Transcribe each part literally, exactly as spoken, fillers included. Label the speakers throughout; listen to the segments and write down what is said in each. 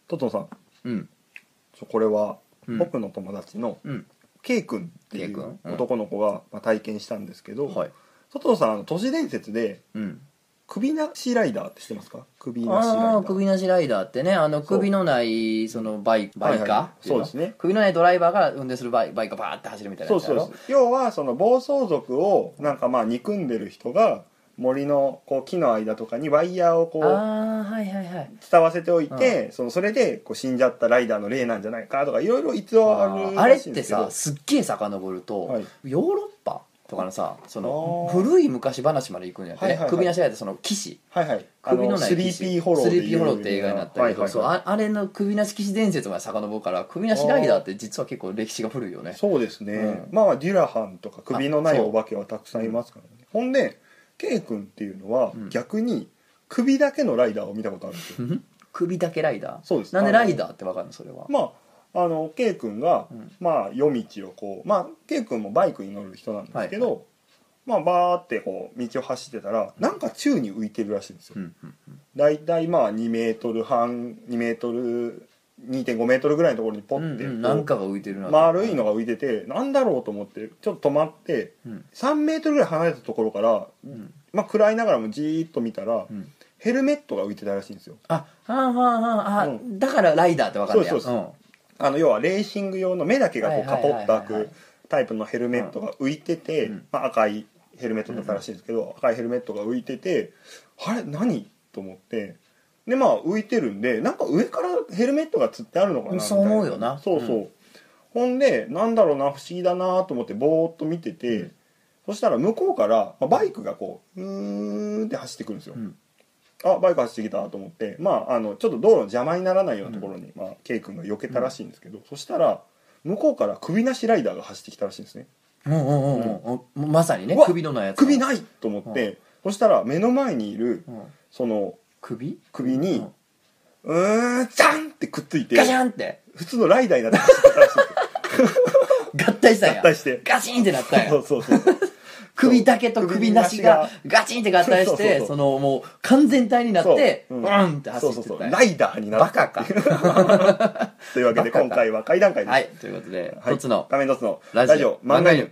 Speaker 1: トトンさん、
Speaker 2: うん、
Speaker 1: これは
Speaker 2: うん
Speaker 1: 僕の友達の
Speaker 2: うん、
Speaker 1: K 君っていう男の子がまあ体験したんですけど、
Speaker 2: はい、
Speaker 1: トトンさん、あの都市伝説で
Speaker 2: うん、
Speaker 1: 首なしライダーって知ってますか？首なしライダー。
Speaker 2: ああ首なしライダーってね、あの首のないそのバイバイカー、
Speaker 1: はいはい、そうですね。
Speaker 2: 首のないドライバーが運転するバイバイカーバーって走るみたいなやつやろ。
Speaker 1: そうそうです。要はその暴走族をなんかまあ憎んでる人が森のこう木の間とかにワイヤーをこう
Speaker 2: ああはいはいはい、
Speaker 1: 伝わせておいて、うん、そのそれでこう死んじゃったライダーの例なんじゃないかとかいろいろ逸話ある
Speaker 2: あれっ
Speaker 1: らしいんですけど、
Speaker 2: てさすっげえ遡ると、
Speaker 1: はい、
Speaker 2: ヨーロッパとかのさその古い昔話まで行くんやってね、はいはいはい、首なしライダーその騎士、
Speaker 1: はいはい、
Speaker 2: 首のない騎士
Speaker 1: スリーピー ホローでいう
Speaker 2: スリーピーホローって映画になったけど、はいはいはい、そう あ, あれの首なし騎士伝説まで遡るから首なしライダーって実は結構歴史が古いよね。
Speaker 1: そうですね、うん、まあデュラハンとか首のないお化けはたくさんいますからね。ほんで K 君っていうのは逆に首だけのライダーを見たことあるんですよ、うん、
Speaker 2: 首だけライダー。
Speaker 1: そうです。
Speaker 2: なんでライダーって分かるのそれは。
Speaker 1: まああの K 君が、うん、まあ夜道をこうまあ K 君もバイクに乗る人なんですけど、はいはい、まあバーってこう道を走ってたら、うん、なんか宙に浮いてるらしいんですよ、うんうんうん、だいたいまあにメートルはんにメートル にてんごメートルぐらいのところにポッて、うんうん、
Speaker 2: なんかが浮いてるな、
Speaker 1: 丸いのが浮いてて、なんだろうと思ってちょっと止まって、うん、さんメートルぐらい離れたところから、うん、まあ暗いながらもじーっと見たら、うん、ヘルメットが浮いてたらしいんですよ。
Speaker 2: あはあはあはあ、うん、だからライダーって分かるんだよ。
Speaker 1: そうそうそう、うん、あの要はレーシング用の目だけがこうカポッと開くタイプのヘルメットが浮いてて、うん、まあ、赤いヘルメットだったらしいんですけど、うん、赤いヘルメットが浮いてて、あれ何と思って、でまあ浮いてるんでなんか上からヘルメットがつってあるのかなみたいな。
Speaker 2: そう思うよな。
Speaker 1: そうそう、うん、ほんでなんだろうな不思議だなと思ってぼーっと見てて、うん、そしたら向こうから、まあ、バイクがこううーんって走ってくるんですよ、うん、あバイク走ってきたと思って、まあ、あのちょっと道路の邪魔にならないようなところに、うん、まあ、K 君が避けたらしいんですけど、うん、そしたら向こうから首なしライダーが走ってきたらしいんですね。
Speaker 2: うんうんうんうん、まさにね首のないやつ。
Speaker 1: 首ないと思って、うん、そしたら目の前にいる、うん、その
Speaker 2: 首
Speaker 1: 首に、うん、うーん、ジャンってくっついて
Speaker 2: ガシャンって
Speaker 1: 普通のライダーになって走ってたらしいんですよ
Speaker 2: 合体したんや。
Speaker 1: 合体して
Speaker 2: ガチンってなったんや。
Speaker 1: そうそうそう
Speaker 2: 首だけと首なしがガチンって合体して、そうそうそう、そのもう完全体になって、うん、うんって走ってったんや。そうそうそう、
Speaker 1: ライダーになった。
Speaker 2: バカか。
Speaker 1: というわけで今回は怪談会です。
Speaker 2: はい、ということで、
Speaker 1: はい、
Speaker 2: 一つの
Speaker 1: 画面一つのラジオ漫画犬。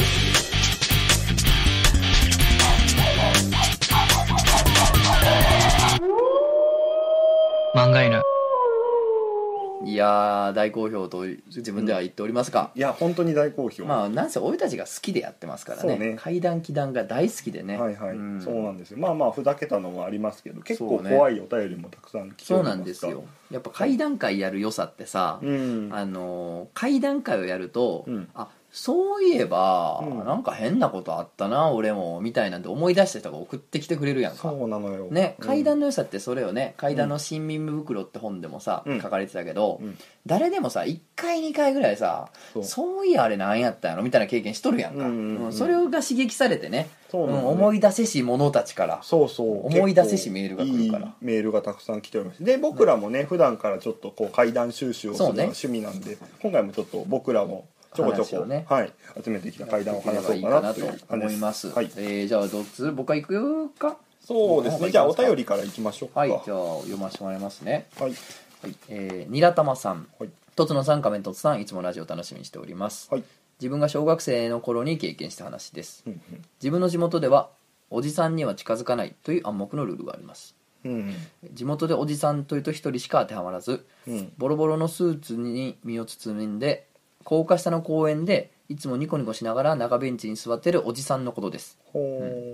Speaker 2: 漫画犬。いやー大好評と自分では言っておりますが、
Speaker 1: うん、いや本当に大好評。
Speaker 2: まあなんせ俺たちが好きでやってますからね。ね、怪談奇談が大好きでね。
Speaker 1: はいはい、うん、そうなんですよ。まあまあふざけたのもありますけど結構怖いお便りもたくさん来ております。
Speaker 2: そうなんですよ。やっぱ怪談会やる良さってさ、うん、あの怪談会をやると、うん、あそういえば、うん、なんか変なことあったな俺もみたいなんで思い出した人が送ってきてくれるやんか。
Speaker 1: そうなのよ
Speaker 2: ね、怪談の良さってそれよね。怪談の新耳袋って本でもさ、うん、書かれてたけど、うん、誰でもさいっかいにかいぐらいさ そう, そういやあれなんやったんやろみたいな経験しとるやんか、うんうんうん、それが刺激されてね、そうなんね、うん、思い出せし者たちから
Speaker 1: そうそう
Speaker 2: 思い出せしメールが来るから、いい
Speaker 1: メールがたくさん来ております。で僕らもね、うん、普段からちょっとこう怪談収集をするのが趣味なんで、ね、今回もちょっと僕らもちょこちょこ、ね、はい、集めてきた怪談を話そうかなと
Speaker 2: 思います。はい、えー、じゃあどっち僕は行くか。
Speaker 1: そうですね。じゃあお便りからいきましょうか。
Speaker 2: はい、じゃあ読ませてもらいますね。
Speaker 1: はい。
Speaker 2: はい、えー、にらたまさん、はい、とつのさん、仮面とつさん、いつもラジオ楽しみにしております。はい。自分が小学生の頃に経験した話です。うんうん、自分の地元ではおじさんには近づかないという暗黙のルールがあります。うんうん、地元でおじさんというとひとりしか当てはまらず、うん、ボロボロのスーツに身を包んで高架下の公園でいつもニコニコしながら長ベンチに座っているおじさんのことです。うん、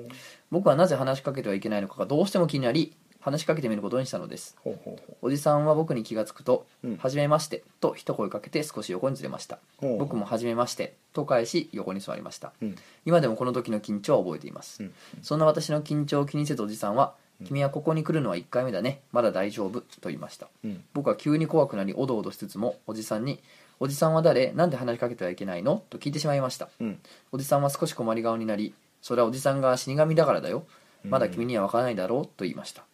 Speaker 2: 僕はなぜ話しかけてはいけないのかがどうしても気になり話しかけてみることにしたのです。ほうほうほう。おじさんは僕に気がつくと、うん、はじめましてと一声かけて少し横にずれました。ほうほう。僕もはじめましてと返し横に座りました。うん、今でもこの時の緊張は覚えています。うんうん、そんな私の緊張を気にせずおじさんは、うん、君はここに来るのはいっかいめだね、まだ大丈夫と言いました。うん、僕は急に怖くなりおどおどしつつもおじさんにおじさんは誰？なんで話しかけてはいけないの？と聞いてしまいました。うん、おじさんは少し困り顔になり、それはおじさんが死神だからだよ。まだ君には分からないだろうと言いました。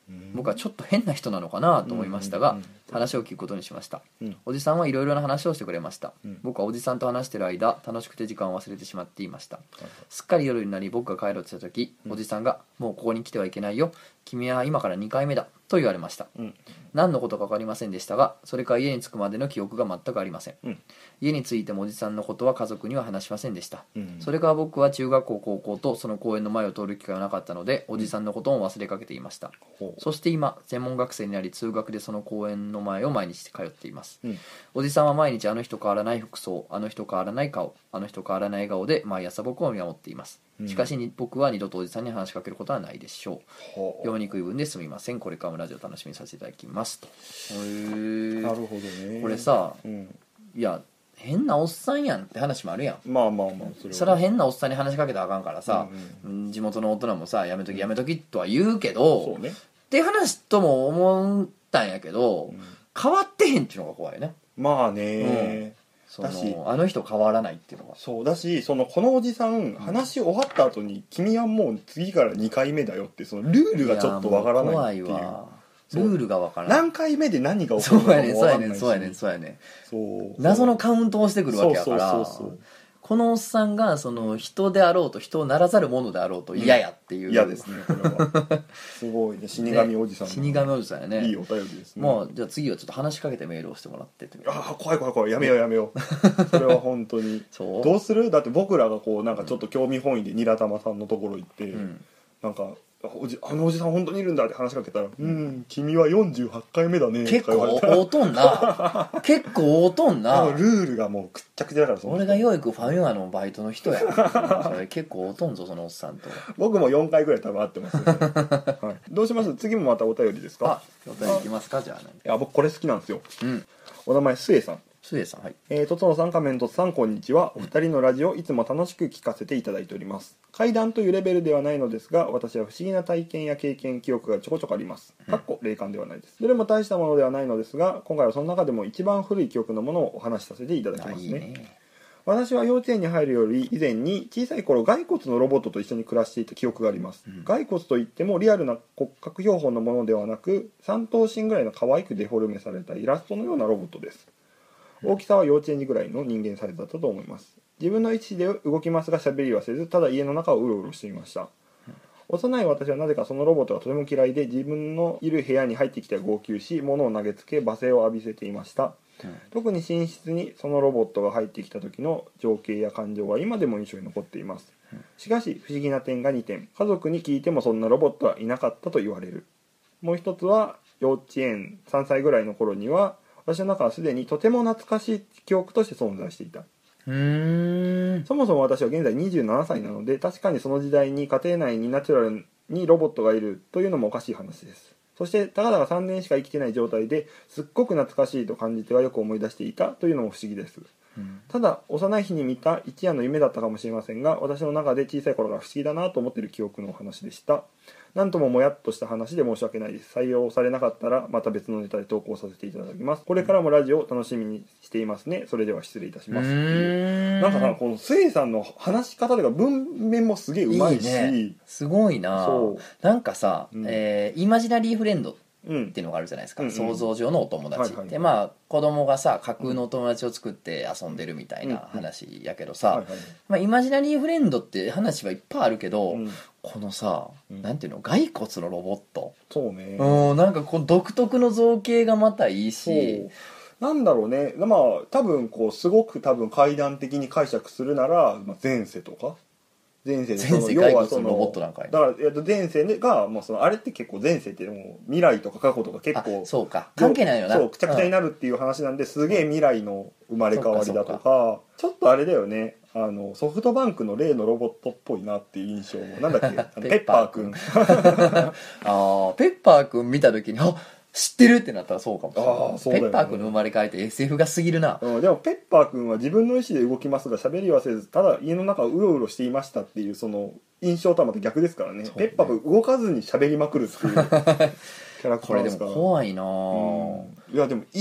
Speaker 2: 僕はちょっと変な人なのかなと思いましたが、話を聞くことにしました。おじさんはいろいろな話をしてくれました。僕はおじさんと話している間、楽しくて時間を忘れてしまっていました。すっかり夜になり僕が帰ろうとした時、おじさんがもうここに来てはいけないよ、君は今からにかいめだと言われました。何のことか分かりませんでしたが、それから家に着くまでの記憶が全くありません。家に着いてもおじさんのことは家族には話しませんでした。それから僕は中学校高校とその公園の前を通る機会はなかったので、おじさんのことを忘れかけていました。そして今専門学生になり、通学でその公園の前を毎日通っています。おじさんは毎日あの人変わらない服装、あの人変わらない顔、あの人変わらない笑顔で毎朝僕を見守っています。しかしに僕は二度とおじさんに話しかけることはないでしょう。読みにくい文ですみません。これからもラジオ楽しみにさせていただきますと。へー、
Speaker 1: なるほどね。
Speaker 2: これさ、
Speaker 1: うん、
Speaker 2: いや変なおっさんやんって話もあるやん。
Speaker 1: まあまあまあそれは、
Speaker 2: それは変なおっさんに話しかけたらあかんからさ、うんうん、地元の大人もさやめときやめときとは言うけど、そうね、って話とも思ったんやけど、うん、変わってへんっていうのが怖いね。
Speaker 1: まあね、うん、
Speaker 2: そのあの人変わらないっていうのが
Speaker 1: そうだし、そのこのおじさん話終わった後に、うん、君はもう次からにかいめだよってそのルールがちょっとわからないっていう。怖いわ。
Speaker 2: ルールがわからない。
Speaker 1: 何回目で何が起こるのかもわからないし。
Speaker 2: そうやねんそうやねんそうやねんそう
Speaker 1: やねん。
Speaker 2: 謎のカウントをしてくるわけやから。
Speaker 1: そうそうそうそう、
Speaker 2: このおっさんがその人であろうと人をならざるものであろうと嫌やっていう。
Speaker 1: 嫌、うん、ですねこれは。すごいね、死神おじさん、
Speaker 2: ね、死神おじさんやね。
Speaker 1: いいお便りですね。
Speaker 2: もうじゃあ次はちょっと話しかけてメールをしてもらってって。
Speaker 1: ああ怖い怖い怖い、やめようやめよう。それは本当にそうどうする。だって僕らがこうなんかちょっと興味本位でニラ玉さんのところ行って、うん、なんかおじあのおじさん本当にいるんだって話しかけたら、うん、うん君はよんじゅうはちかいめだね。
Speaker 2: 結構大とんな。結構大とんな。
Speaker 1: ルールがもうくっちゃくちゃだから。
Speaker 2: 俺がよいくファミマのバイトの人や。それ結構大とんぞそのおっさんと。
Speaker 1: 僕もよんかいぐらい多分会ってます、ね。はい、どうします？次もまたお便りですか？
Speaker 2: あ、お便りいきますかじゃあ。い
Speaker 1: や僕これ好きなんですよ。
Speaker 2: うん。
Speaker 1: お名前スエさん。
Speaker 2: スエさん、はい。
Speaker 1: えー、とつのさん、仮面とつさん、こんにちは。お二人のラジオいつも楽しく聞かせていただいております。怪談というレベルではないのですが、私は不思議な体験や経験記憶がちょこちょこあります。かっこ霊感ではないです。どれも大したものではないのですが、今回はその中でも一番古い記憶のものをお話しさせていただきますね。いいね。私は幼稚園に入るより以前に小さい頃骸骨のロボットと一緒に暮らしていた記憶があります、うん、骸骨といってもリアルな骨格標本のものではなくさん頭身ぐらいの可愛くデフォルメされたイラストのようなロボットです。大きさは幼稚園児ぐらいの人間サイズだったと思います。自分の意思で動きますが喋りはせず、ただ家の中をうろうろしていました。幼い私はなぜかそのロボットがとても嫌いで、自分のいる部屋に入ってきては号泣し、物を投げつけ罵声を浴びせていました、うん、特に寝室にそのロボットが入ってきた時の情景や感情は今でも印象に残っています。しかし不思議な点がにてん。家族に聞いてもそんなロボットはいなかったと言われる。もう一つは幼稚園さんさいぐらいの頃には私の中はすでにとても懐かしい記憶として存在していた。
Speaker 2: うーん
Speaker 1: そもそも私は現在にじゅうななさいなので、確かにその時代に家庭内にナチュラルにロボットがいるというのもおかしい話です。そしてたかだかさんねんしか生きてない状態ですっごく懐かしいと感じてはよく思い出していたというのも不思議です、うん、ただ幼い日に見た一夜の夢だったかもしれませんが、私の中で小さい頃から不思議だなと思っている記憶のお話でした。なんとももやっとした話で申し訳ないです。採用されなかったらまた別のネタで投稿させていただきます。これからもラジオを楽しみにしていますね。それでは失礼いたします。なんかさ、このスエさんの話し方とか文面もすげえうまいし、いいね、
Speaker 2: すごいな。そうなんかさ、うん、えー、イマジナリーフレンドっていうのがあるじゃないですか、うんうん、想像上のお友達、はいはい、でまあ子供がさ架空のお友達を作って遊んでるみたいな話やけどさ、まあ、イマジナリーフレンドって話はいっぱいあるけど、うん、このさ、うん、なんていうの骸骨のロボット、
Speaker 1: そうね、
Speaker 2: うん、なんかこの独特の造形がまたいいし、
Speaker 1: なんだろうね、まあ多分こうすごく多分怪談的に解釈するなら、まあ、前世とか前世でその要はそのロボットなんかいだから前世がもうそのあれって結構前世ってもう未来とか過去とか結構
Speaker 2: そうか関係ないよな、
Speaker 1: そうくちゃくちゃになるっていう話なんで、すげえ未来の生まれ変わりだとか、ちょっとあれだよね、あのソフトバンクの例のロボットっぽいなっていう印象もなんだっけペッパーくん
Speaker 2: ああペッパーくん見た時にあ知ってるってなったらそうかもしれない。あそうだよね、ペッパーくんの生まれ変えて エスエフ が過ぎるな、
Speaker 1: うん、でもペッパーくんは自分の意思で動きますが喋りはせず、ただ家の中をうろうろしていましたっていうその印象とはまた逆ですから ね, ねペッパーくん動かずに喋りまくるっていうキャラクターですから。
Speaker 2: これでも怖いな、うん、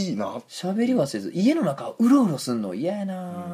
Speaker 1: いやでもいいな、
Speaker 2: 喋りはせず家の中をうろうろすんの嫌やな、うん、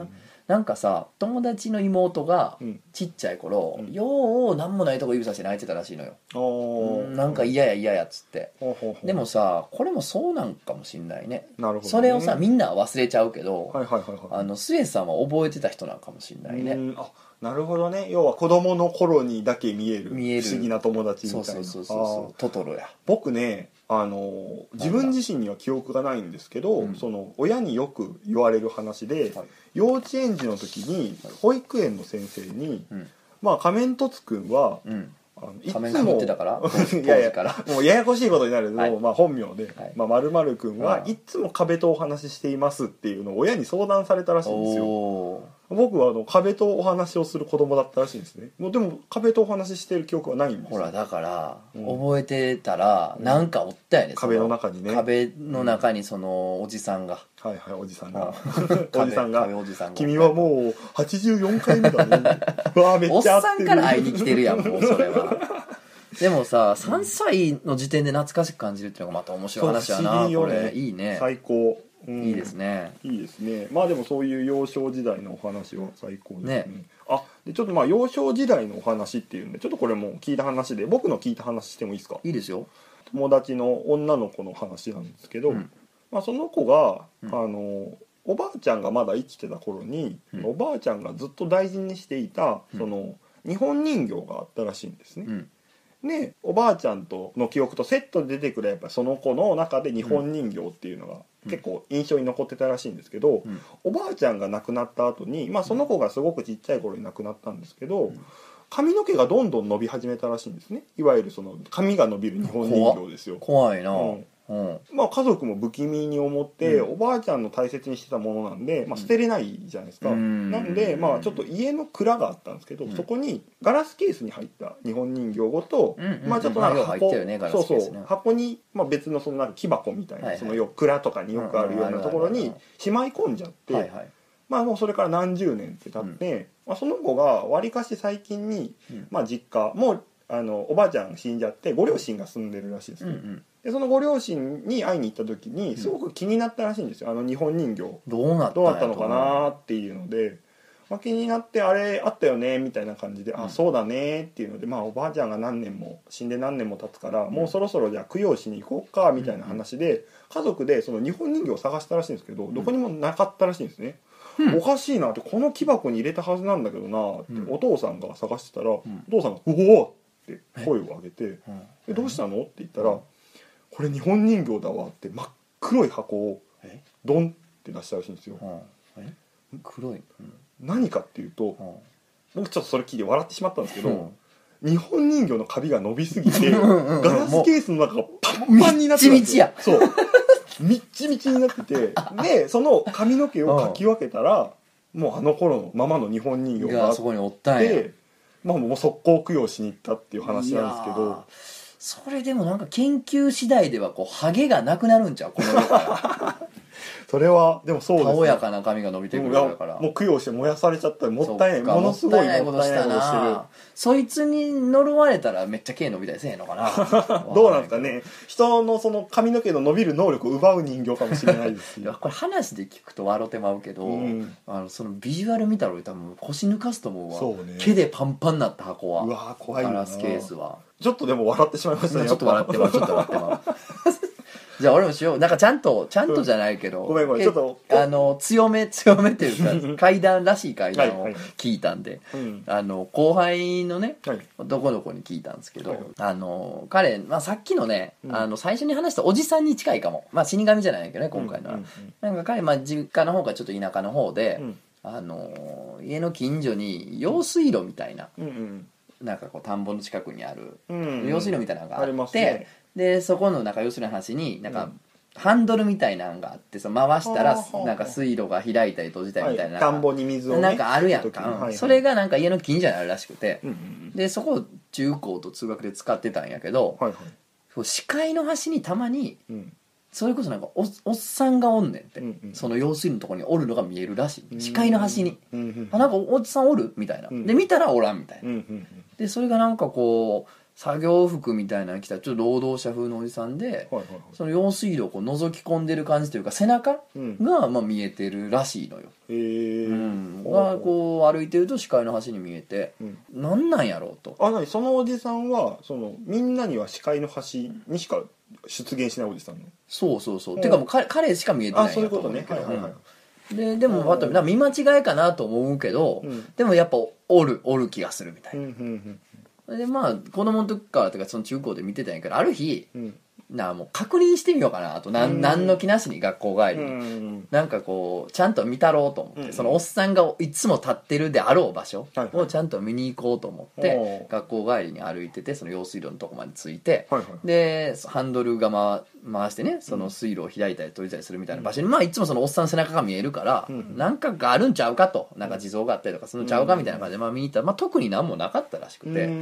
Speaker 2: なんかさ友達の妹が
Speaker 1: うん
Speaker 2: ちっちゃい頃、
Speaker 1: うん
Speaker 2: よう何もないとこ指さして泣いてたらしいのよ、
Speaker 1: おー
Speaker 2: うんなんか嫌や嫌やっつって
Speaker 1: ほうほうほう
Speaker 2: でもさこれもそうなんかもしんないね
Speaker 1: なるほどね
Speaker 2: それをさみんなは忘れちゃうけど、
Speaker 1: はいはいはいはい
Speaker 2: あのスエさんは覚えてた人なんかもしんないね
Speaker 1: うんあなるほどね要は子供の頃にだけ見える
Speaker 2: 見える
Speaker 1: 不思議な友達みたいな
Speaker 2: そうそうそうそう
Speaker 1: あー
Speaker 2: トトロや
Speaker 1: 僕ねあの自分自身には記憶がないんですけど、
Speaker 2: うん
Speaker 1: その親によく言われる話で、
Speaker 2: はい
Speaker 1: 幼稚園児の時に保育園の先生に、
Speaker 2: うん
Speaker 1: まあ仮面凸くんは、
Speaker 2: うん
Speaker 1: あのいつ
Speaker 2: 仮面かぶ
Speaker 1: も
Speaker 2: ってたから
Speaker 1: いやいや
Speaker 2: 当時から
Speaker 1: もうややこしいことになるけど、
Speaker 2: はい
Speaker 1: まあ、本名で
Speaker 2: はい
Speaker 1: 「まあ、〇〇くんは
Speaker 2: はい
Speaker 1: いつも壁とお話ししています」っていうのを親に相談されたらしいんですよ。
Speaker 2: おー
Speaker 1: 僕はあの壁とお話をする子供だったらしいんですね。もうでも壁とお話ししてる記憶はないんですよ。
Speaker 2: ほらだから、
Speaker 1: うん
Speaker 2: 覚えてたらなんかおったよね、そ
Speaker 1: 壁の中にね
Speaker 2: 壁の中にそのおじさんが、
Speaker 1: はいはいおじさん
Speaker 2: うん
Speaker 1: がおじさんが
Speaker 2: 壁壁おじさんが
Speaker 1: 君はもうはちじゅうよんかいめだねうわーめ
Speaker 2: おっ
Speaker 1: っちゃ合ってる
Speaker 2: さんから会いに来てるやんもうそれはでもささんさいの時点で懐かしく感じるっていうのがまた面白い話や
Speaker 1: そう不
Speaker 2: なこ
Speaker 1: 思議よね
Speaker 2: れいいね
Speaker 1: 最高、うん
Speaker 2: いいですね
Speaker 1: いいですねまあでもそういう幼少時代のお話は最高ですね
Speaker 2: ね
Speaker 1: あでちょっとまあ幼少時代のお話っていうんでちょっとこれも聞いた話で僕の聞いた話してもいいですか
Speaker 2: いいですよ
Speaker 1: 友達の女の子の話なんですけど、
Speaker 2: うん
Speaker 1: まあ、その子が、
Speaker 2: うん
Speaker 1: あのおばあちゃんがまだ生きてた頃に、
Speaker 2: うん
Speaker 1: おばあちゃんがずっと大事にしていた、
Speaker 2: うん
Speaker 1: その日本人形があったらしいんですね、
Speaker 2: うん
Speaker 1: でおばあちゃんとの記憶とセットで出てくるやっぱその子の中で日本人形っていうのが結構印象に残ってたらしいんですけど、
Speaker 2: うん
Speaker 1: おばあちゃんが亡くなった後にまあその子がすごくちっちゃい頃に亡くなったんですけど、
Speaker 2: ん
Speaker 1: 髪の毛がどんどん伸び始めたらしいんですね。いわゆるその髪が伸びる日本人形ですよ。
Speaker 2: 怖いな
Speaker 1: うん
Speaker 2: うん
Speaker 1: まあ、家族も不気味に思って、
Speaker 2: うん
Speaker 1: おばあちゃんの大切にしてたものなんで、まあ、捨てれないじゃないですか、
Speaker 2: うん
Speaker 1: なんで、まあ、ちょっと家の蔵があったんですけど、
Speaker 2: うん
Speaker 1: そこにガラスケースに入った日本人形ごと、
Speaker 2: うんうんうん
Speaker 1: まあ、ちょっとなんか
Speaker 2: まあよう入ってるよねガラスケースね
Speaker 1: そうそう箱に、まあ、別のそのなんか木箱みたいな、
Speaker 2: はいはい
Speaker 1: その要は蔵とかによくあるようなところに
Speaker 2: うんうんあるあるある
Speaker 1: しまい込んじゃって、
Speaker 2: はいはい
Speaker 1: まあ、もうそれから何十年って経って、まあ、その子がわりかし最近に、
Speaker 2: うん
Speaker 1: まあ、実家もうあのおばあちゃんが死んじゃってご両親が住んでるらしいですね、
Speaker 2: うんうん
Speaker 1: でそのご両親に会いに行った時にすごく気になったらしいんですよ、あの日本人形
Speaker 2: どうなったんや
Speaker 1: どうなったのかなっていうので、まあ、気になってあれあったよねみたいな感じで、
Speaker 2: うん
Speaker 1: あそうだねっていうので、まあ、おばあちゃんが何年も死んで何年も経つから、もうそろそろじゃあ供養しに行こうかみたいな話で、家族でその日本人形を探したらしいんですけど、どこにもなかったらしいんですね、
Speaker 2: うん
Speaker 1: おかしいなってこの木箱に入れたはずなんだけどなって、
Speaker 2: うん
Speaker 1: お父さんが探してたら、
Speaker 2: ん
Speaker 1: お父さんが「おお!」って声を上げて
Speaker 2: うん
Speaker 1: 「えどうしたの?」って言ったら「これ日本人形だわ」って真っ黒い箱を
Speaker 2: え
Speaker 1: ドンって出したらしいんですよ。
Speaker 2: うんえ黒いうん
Speaker 1: 何かっていうと
Speaker 2: うん
Speaker 1: 僕ちょっとそれ聞いて笑ってしまったんですけど、
Speaker 2: うん
Speaker 1: 日本人形のカビが伸びすぎて
Speaker 2: うんうんうん
Speaker 1: ガラスケースの中がパンパンになってたんですよ。そうみっちみちになっててでその髪の毛をかき分けたらもうあの頃のままの日本人形があっ
Speaker 2: がそこにおったんや
Speaker 1: て、まあ、もう速攻供養しに行ったっていう話なんですけ
Speaker 2: いやー
Speaker 1: ど。
Speaker 2: それでもなんか研究次第ではこうハゲがなくなるんちゃうこの世から
Speaker 1: それはでもそうですね
Speaker 2: たおやかな髪が伸びてくる
Speaker 1: いや
Speaker 2: から
Speaker 1: もう供養して燃やされちゃったらもったいない
Speaker 2: そっか
Speaker 1: ものすごい
Speaker 2: もったいないことしたなそいつに呪われたらめっちゃ毛伸びたりせえへんのかな
Speaker 1: どうなんですかね人のその髪の毛の伸びる能力を奪う人形かもしれないですし
Speaker 2: いやこれ話で聞くと笑ってまうけど、
Speaker 1: うん
Speaker 2: あのそのビジュアル見たら俺多分腰抜かすと思うわ
Speaker 1: そうね
Speaker 2: 毛でパンパンになった箱は
Speaker 1: うわー怖いよな
Speaker 2: ガラスケースは
Speaker 1: ちょっとでも笑ってしまいましたね
Speaker 2: ちょっと笑ってまうちょっと笑ってまうじゃあ俺もしようなんかちゃんとちゃんとじゃないけど、
Speaker 1: うんごめんごめん
Speaker 2: え
Speaker 1: ちょっと
Speaker 2: あの強め強めっていうか階段らしい階段を
Speaker 1: はいはい
Speaker 2: 聞いたんで、
Speaker 1: うん
Speaker 2: あの後輩のね
Speaker 1: はい
Speaker 2: どこどこに聞いたんですけど、
Speaker 1: はいはい
Speaker 2: あの彼、まあ、さっきのね、
Speaker 1: うん
Speaker 2: あの最初に話したおじさんに近いかも、まあ、死神じゃないけどね今回のは、
Speaker 1: うんうん
Speaker 2: なんか彼、まあ、実家の方がちょっと田舎の方で、
Speaker 1: うん
Speaker 2: あの家の近所に用水路みたいな
Speaker 1: うんうん
Speaker 2: なんかこう田んぼの近くにある
Speaker 1: うん
Speaker 2: 用水路みたいなのがあ
Speaker 1: あり
Speaker 2: って、
Speaker 1: ますね
Speaker 2: でそこのなんか要するに話になんか、
Speaker 1: うん
Speaker 2: ハンドルみたいなのがあってその回したら
Speaker 1: はあはあ
Speaker 2: なんか水路が開いたり閉じたりみたいな、
Speaker 1: はい田んぼに水をね
Speaker 2: なんかあるやんか、うん
Speaker 1: 時にはいはい
Speaker 2: それがなんか家の近所にあるらしくて、
Speaker 1: うんうん
Speaker 2: でそこを中高と通学で使ってたんやけど、
Speaker 1: はいはい
Speaker 2: そう視界の端にたまに
Speaker 1: うん
Speaker 2: それこそなんかおおっさんがおんねんって、
Speaker 1: うんうん
Speaker 2: その用水路のところにおるのが見えるらしい視界の端に、
Speaker 1: うんうん
Speaker 2: あなんかおっさんおるみたいな、
Speaker 1: うん
Speaker 2: で見たらおらんみたいな、
Speaker 1: うんうん
Speaker 2: でそれがなんかこう作業服みたいなの着たちょっと労働者風のおじさんで、
Speaker 1: はいはいはい、
Speaker 2: その用水路をこう覗き込んでる感じというか背中がまあ見えてるらしいのよ、
Speaker 1: へえ、
Speaker 2: うん、がこう歩いてると視界の端に見えて、うん、なんなんやろうと。
Speaker 1: あ、なにそのおじさんはそのみんなには視界の端にしか出現しないおじさんの。
Speaker 2: そうそうそう、てかもう彼彼しか見えてないんやと思うんだけど、
Speaker 1: はいはいはい、
Speaker 2: ででもまた見間違いかなと思うけど、うん、でもやっぱおるおる気がするみたいな、うんうんうん、でまあ子供の時からとかその中高で見てたんやけど、ある日、うん、なもう確認してみようかなと、なん、何の気なしに学校帰りに、うん、なんかこうちゃんと見たろうと思って、うん、そのおっさんがいつも立ってるであろう場所をちゃんと見に行こうと思って、はいはい、学校帰りに歩いてて、その用水路のとこまで着いて、はいはい、でハンドルが回回してね、その水路を開いたり閉じたりするみたいな場所に、うん、まあいつもそのおっさんの背中が見えるから、うん、なんかがあるんちゃうかと、なんか地蔵があったりとかそのちゃうかみたいな感じでまあ見に行ったら、まあ、特に何もなかったらしくて、うん、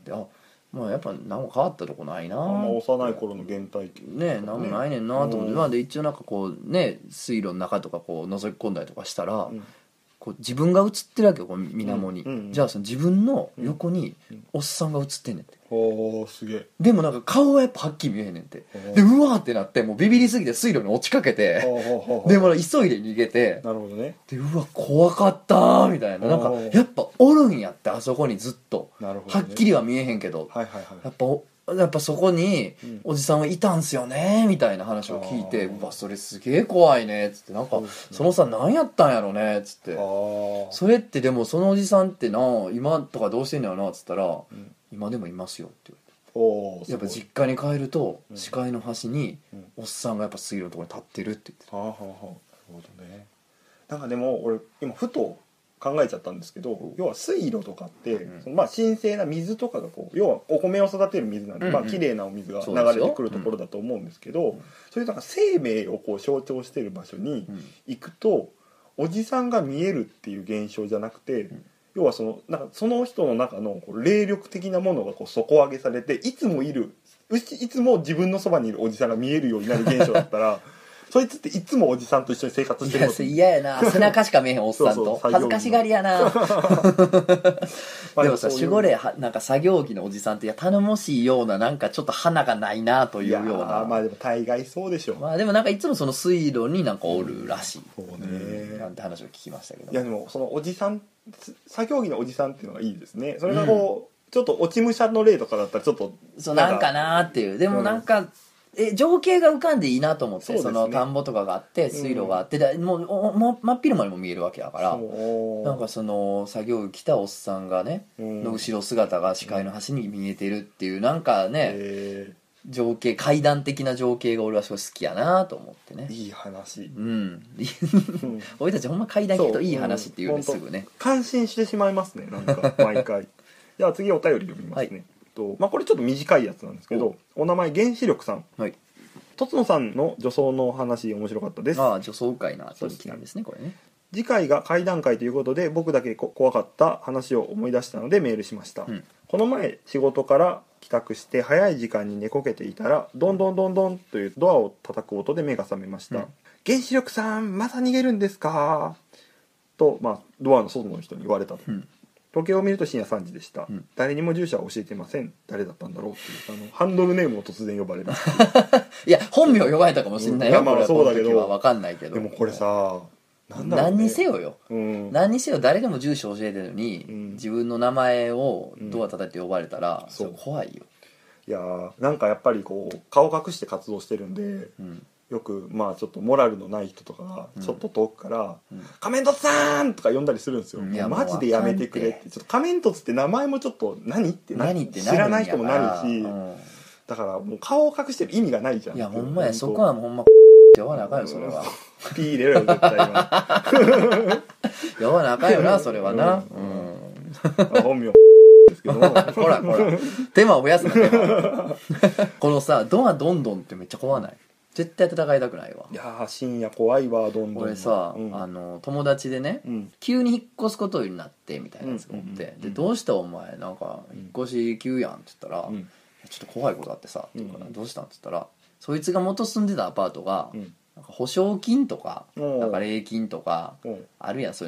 Speaker 2: であまあやっぱ何も変わったとこないな、あ
Speaker 1: まあ、幼い頃の原体験
Speaker 2: ね、何もないねんなと思って、まあで一応なんかこうね水路の中とかこう覗き込んだりとかしたら、うん、こう自分が映ってるわけよ、こう水面に、うんうんうん、じゃあその自分の横におっさんが映ってんねんって、
Speaker 1: おーすげえ。
Speaker 2: でもなんか顔はやっぱはっきり見えへんねんって、でうわーってなってもうビビりすぎて水路に落ちかけて、でも急いで逃げて、
Speaker 1: なるほどね、
Speaker 2: でうわ怖かったーみたいな、なんかやっぱおるんやって、あそこにずっと、なるほどね、はっきりは見えへんけど、はいはいはい、やっぱやっぱそこにおじさんはいたんすよねみたいな話を聞いて、うん、うわそれすげえ怖いねっつって、なんかそのさ何やったんやろねっつって、それってでもそのおじさんってな今とかどうしてんのやろなっつったら、うん、今でもいますよって言われて、やっぱ実家に帰ると視界の端におっさんがやっぱ水路のところに立ってるって言ってた、うん、はあはあはあ、なる
Speaker 1: ほどね。なんかでも俺今ふと考えちゃったんですけど、要は水路とかって、うん、そのまあ神聖な水とかがこう要はお米を育てる水なんで、うんうん、まあ綺麗なお水が流れてくるところだと思うんですけど、うん、そういうなんか生命をこう象徴している場所に行くと、うん、おじさんが見えるっていう現象じゃなくて、うん、要はそのなんかその人の中のこう霊力的なものがこう底上げされて、いつもいるいつも自分のそばにいるおじさんが見えるようになる現象だったらそいつっていつもおじさんと一緒に生活してるのって嫌
Speaker 2: やな、背中しか見えへんおっさんとそうそう恥ずかしがりやなでもさ守護霊はなんか作業着のおじさんっていや頼もしいような、なんかちょっと花がないなというような、いや
Speaker 1: まあでも大概そうでしょう。
Speaker 2: まあでもなんかいつもその水路になんかおるらしい、うん、そうね、うん、なんて話を聞きましたけど、
Speaker 1: いやでもそのおじさん作業着のおじさんっていうのがいいですね。それがこう、うん、ちょっと落ち武者の霊とかだったらちょっと
Speaker 2: そうなんかなーっていう、でもなんか、うんえ情景が浮かんでいいなと思って、 そ,、ね、その田んぼとかがあって水路があって、うん、もうおも真っ昼間にも見えるわけだから、なんかその作業着着たおっさんがね、うん、の後ろ姿が視界の端に見えてるっていうなんかね、情景階段的な情景が俺はすごい好きやなと思ってね。
Speaker 1: いい話、
Speaker 2: うん俺たちほんま階段聞くといい話っていうね、すぐね
Speaker 1: 感心してしまいますね、なんか毎回じゃあ次お便り読みますね、はい、まあ、これちょっと短いやつなんですけど、お名前原子力さん、はい、とつのさんの女装の話面白かったです。
Speaker 2: ああ女装会の後に来たんですね、これね。
Speaker 1: 次回が怪談会ということで僕だけ怖かった話を思い出したのでメールしました、うん、この前仕事から帰宅して早い時間に寝こけていたらドンドンドンドンというドアを叩く音で目が覚めました、うん、原子力さんまた逃げるんですかと、まあ、ドアの外の人に言われたと、うん、時計を見ると深夜さんじでした、うん、誰にも住所は教えてません、誰だったんだろうっていう、あのハンドルネームを突然呼ばれる
Speaker 2: いや本名呼ばれたかもしれないよ、うん、まあそうだけど分かんないけど、
Speaker 1: でもこれさ
Speaker 2: なんだろうね、何にせよよ、うん、何にせよ誰でも住所教えてるのに、うん、自分の名前をドア叩いて呼ばれたら、うん、それ怖いよ。
Speaker 1: いやなんかやっぱりこう顔隠して活動してるんで、うん、よくまあちょっとモラルのない人とかがちょっと遠くから「うん、仮面凸さん!」とか呼んだりするんですよ、うん、マジでやめてくれって。ちょっと仮面凸って名前もちょっと何ってな何って知らない人もなるし、うん、だからもう顔を隠してる意味がないじゃん。
Speaker 2: いやほんまや、そこはもうほんま呼ばなあかんよそれは
Speaker 1: ピー入れろよ絶対今
Speaker 2: 呼ばなあかんよなそれはな、うん
Speaker 1: うん、本名ですけども
Speaker 2: ほらほら手間を増やすなこのさドアどんどんってめっちゃ怖ない？絶対戦いたくないわ。
Speaker 1: いや深夜怖いわどんどん。
Speaker 2: 俺さ、うん、あの友達でね、うん、急に引っ越すことになってみたいなやつがおって、うんうんうん、でどうしたお前なんか引っ越し急やんって言ったら、うん、ちょっと怖いことあってさ、うん、どうしたんって言ったらそいつが元住んでたアパートが、うん、なんか保証金とか、なんか礼金とかあるやん、そういうなんか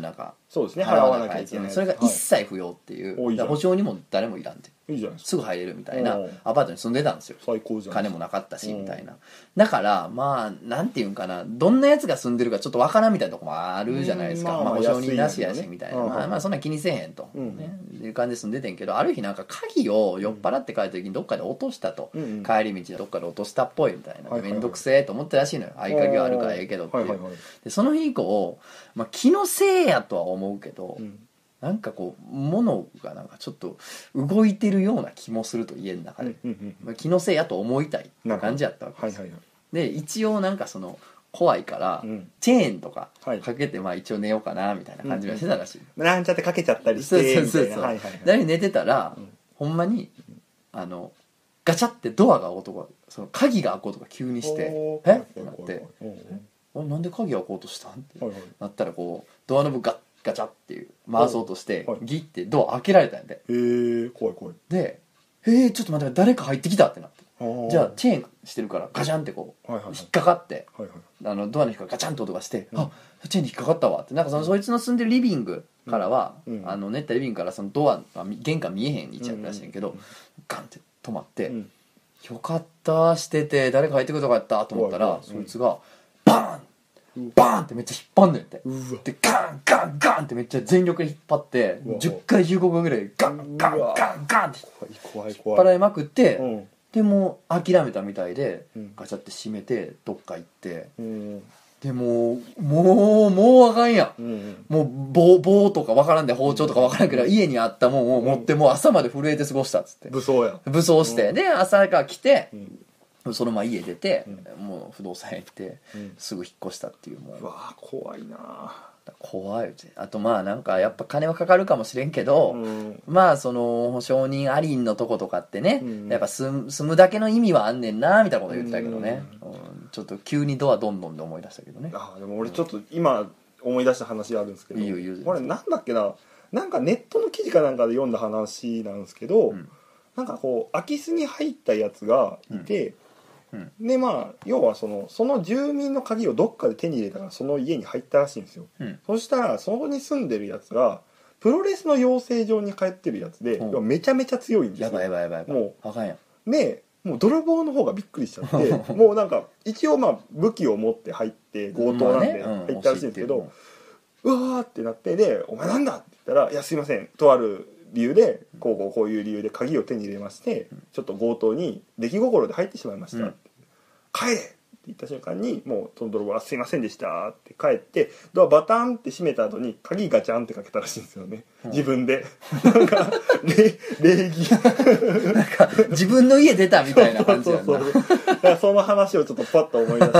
Speaker 1: そうですね、
Speaker 2: 払わなき
Speaker 1: 払わなきゃいけないい
Speaker 2: ゃいけなそれが一切不要っていう、
Speaker 1: はい
Speaker 2: だから保証にも誰もいらんって
Speaker 1: いいじゃないですか。
Speaker 2: すぐ入れるみたいな
Speaker 1: おう
Speaker 2: アパートに住んでたんですよ。
Speaker 1: 最高じゃない
Speaker 2: 金
Speaker 1: ですか。
Speaker 2: もなかったしみたいな。だからまあなんていうんかな、どんなやつが住んでるかちょっとわからんみたいなとこもあるじゃないですか。
Speaker 1: うんまあ
Speaker 2: まあ保証人なしや
Speaker 1: 安いんでね
Speaker 2: しみたいな、
Speaker 1: うん
Speaker 2: まあまあそんな気にせえへんと、
Speaker 1: うん
Speaker 2: ねいう感じで住んでてんけど、ある日なんか鍵を酔っ払って帰った時にどっかで落としたと、
Speaker 1: うんうん
Speaker 2: 帰り道でどっかで落としたっぽいみたいな、
Speaker 1: はいはいはい
Speaker 2: 面倒くせえと思ったらしいのよ。合鍵があるからええけどっていう、
Speaker 1: はいはいはい
Speaker 2: でその日以降、まあ、気のせいやとは思うけど、
Speaker 1: うん
Speaker 2: なんかこう物がなんかちょっと動いてるような気もすると、家の中で、
Speaker 1: うんうん
Speaker 2: まあ気のせいやと思いたいって感じやったわけですよ、
Speaker 1: はいはいはい
Speaker 2: で一応なんかその怖いから、
Speaker 1: うん
Speaker 2: チェーンとか
Speaker 1: はい
Speaker 2: かけてまあ一応寝ようかなみたいな感じはしてたらしい、
Speaker 1: なんちゃってかけちゃったりし
Speaker 2: そう
Speaker 1: て
Speaker 2: そうそうそう、
Speaker 1: みたいなはいはいはい
Speaker 2: で寝てたら、
Speaker 1: うん
Speaker 2: ほんまにあのガチャってドアが開く音が、その鍵が開く音が急にして
Speaker 1: おー
Speaker 2: えってなって
Speaker 1: おー
Speaker 2: あなんで鍵開こうとしたんって
Speaker 1: はいはい
Speaker 2: なったら、こうドアノブガッガチャっていう回そうとして
Speaker 1: はい
Speaker 2: ギッてドア開けられたんで、
Speaker 1: へえ怖い怖い
Speaker 2: で「えー、ちょっと待って誰か入ってきた」ってなって、じゃあ
Speaker 1: は
Speaker 2: チェーンしてるからガチャンってこう
Speaker 1: いはいはい
Speaker 2: 引っかかって、
Speaker 1: はいはい
Speaker 2: あのドアの引っかガチャンって音がして「
Speaker 1: うん
Speaker 2: あチェーンに引っかかったわ」って、なんかそのそいつの住んでるリビングからは、
Speaker 1: うん
Speaker 2: あの練ったリビングからそのドアが玄関見えへん位置やったらしいんやけど、
Speaker 1: うん
Speaker 2: ガンって止まって、
Speaker 1: うん
Speaker 2: よかったしてて誰か入ってくるとかやったと思ったら、
Speaker 1: 怖い怖い
Speaker 2: そいつがバーンバーンってめっちゃ引っ張んねんって、
Speaker 1: うわ
Speaker 2: でガンガンガンってめっちゃ全力で引っ張って
Speaker 1: うわ
Speaker 2: じゅっかいじゅうごかいぐらいガンガン
Speaker 1: うわ
Speaker 2: ガンガンって
Speaker 1: 怖い怖い怖い
Speaker 2: 引っ張られまくって、
Speaker 1: うん
Speaker 2: でもう諦めたみたいで、
Speaker 1: うん
Speaker 2: ガチャって閉めてどっか行って、
Speaker 1: うん
Speaker 2: でもうもうもうあかんやん、
Speaker 1: うん
Speaker 2: もう棒棒とかわからんで包丁とかわからんけど、家にあったもんを持ってもう朝まで震えて過ごしたっつって
Speaker 1: 武装や
Speaker 2: 武装して、
Speaker 1: うん
Speaker 2: で朝が来て
Speaker 1: う、ん
Speaker 2: そのまま家出て、
Speaker 1: う
Speaker 2: もう不動産屋行って、
Speaker 1: うん
Speaker 2: すぐ引っ越したっていう、もう
Speaker 1: うわ怖いな
Speaker 2: 怖い。あとまあなんかやっぱ金はかかるかもしれんけど、
Speaker 1: うん
Speaker 2: まあその保証人ありんのとことかってね、
Speaker 1: うん
Speaker 2: やっぱ住む住むだけの意味はあんねんなみたいなこと言ってたけどね、うんちょっと急にドアどんどんで思い出したけどね。
Speaker 1: あでも俺ちょっと今思い出した話あるんですけど
Speaker 2: いいよいいよ
Speaker 1: これなんだっけななんかネットの記事かなんかで読んだ話なんですけど、
Speaker 2: うん
Speaker 1: なんかこう空き巣に入ったやつがいて、
Speaker 2: うん
Speaker 1: でまあ要はそのその住民の鍵をどっかで手に入れたからその家に入ったらしいんですよ、
Speaker 2: うん
Speaker 1: そしたらそこに住んでるやつがプロレスの養成所に通ってるやつで、
Speaker 2: うん
Speaker 1: 要はめちゃめちゃ強いんですよ
Speaker 2: やばいやばいやばいやばい、
Speaker 1: もう
Speaker 2: あかんやん。
Speaker 1: でもう泥棒の方がびっくりしちゃってもうなんか一応まあ武器を持って入って強盗なんで
Speaker 2: まあねうん
Speaker 1: 入ったらしいんですけど、
Speaker 2: 欲しいっていう
Speaker 1: うわーってなってで「お前なんだ?」って言ったら「いやすいませんとある理由でこうこうこういう理由で鍵を手に入れましてちょっと強盗に出来心で入ってしまいました」
Speaker 2: うん
Speaker 1: 帰れ!」って言った瞬間にもうその泥棒は「すいませんでした」って帰ってドアバタンって閉めた後に鍵ガチャンってかけたらしいんですよね、
Speaker 2: うん
Speaker 1: 自分でなんか礼礼儀
Speaker 2: なんか自分の家出たみたいな感じやんな。
Speaker 1: そうそうそうだからその話をちょっとパッと思い出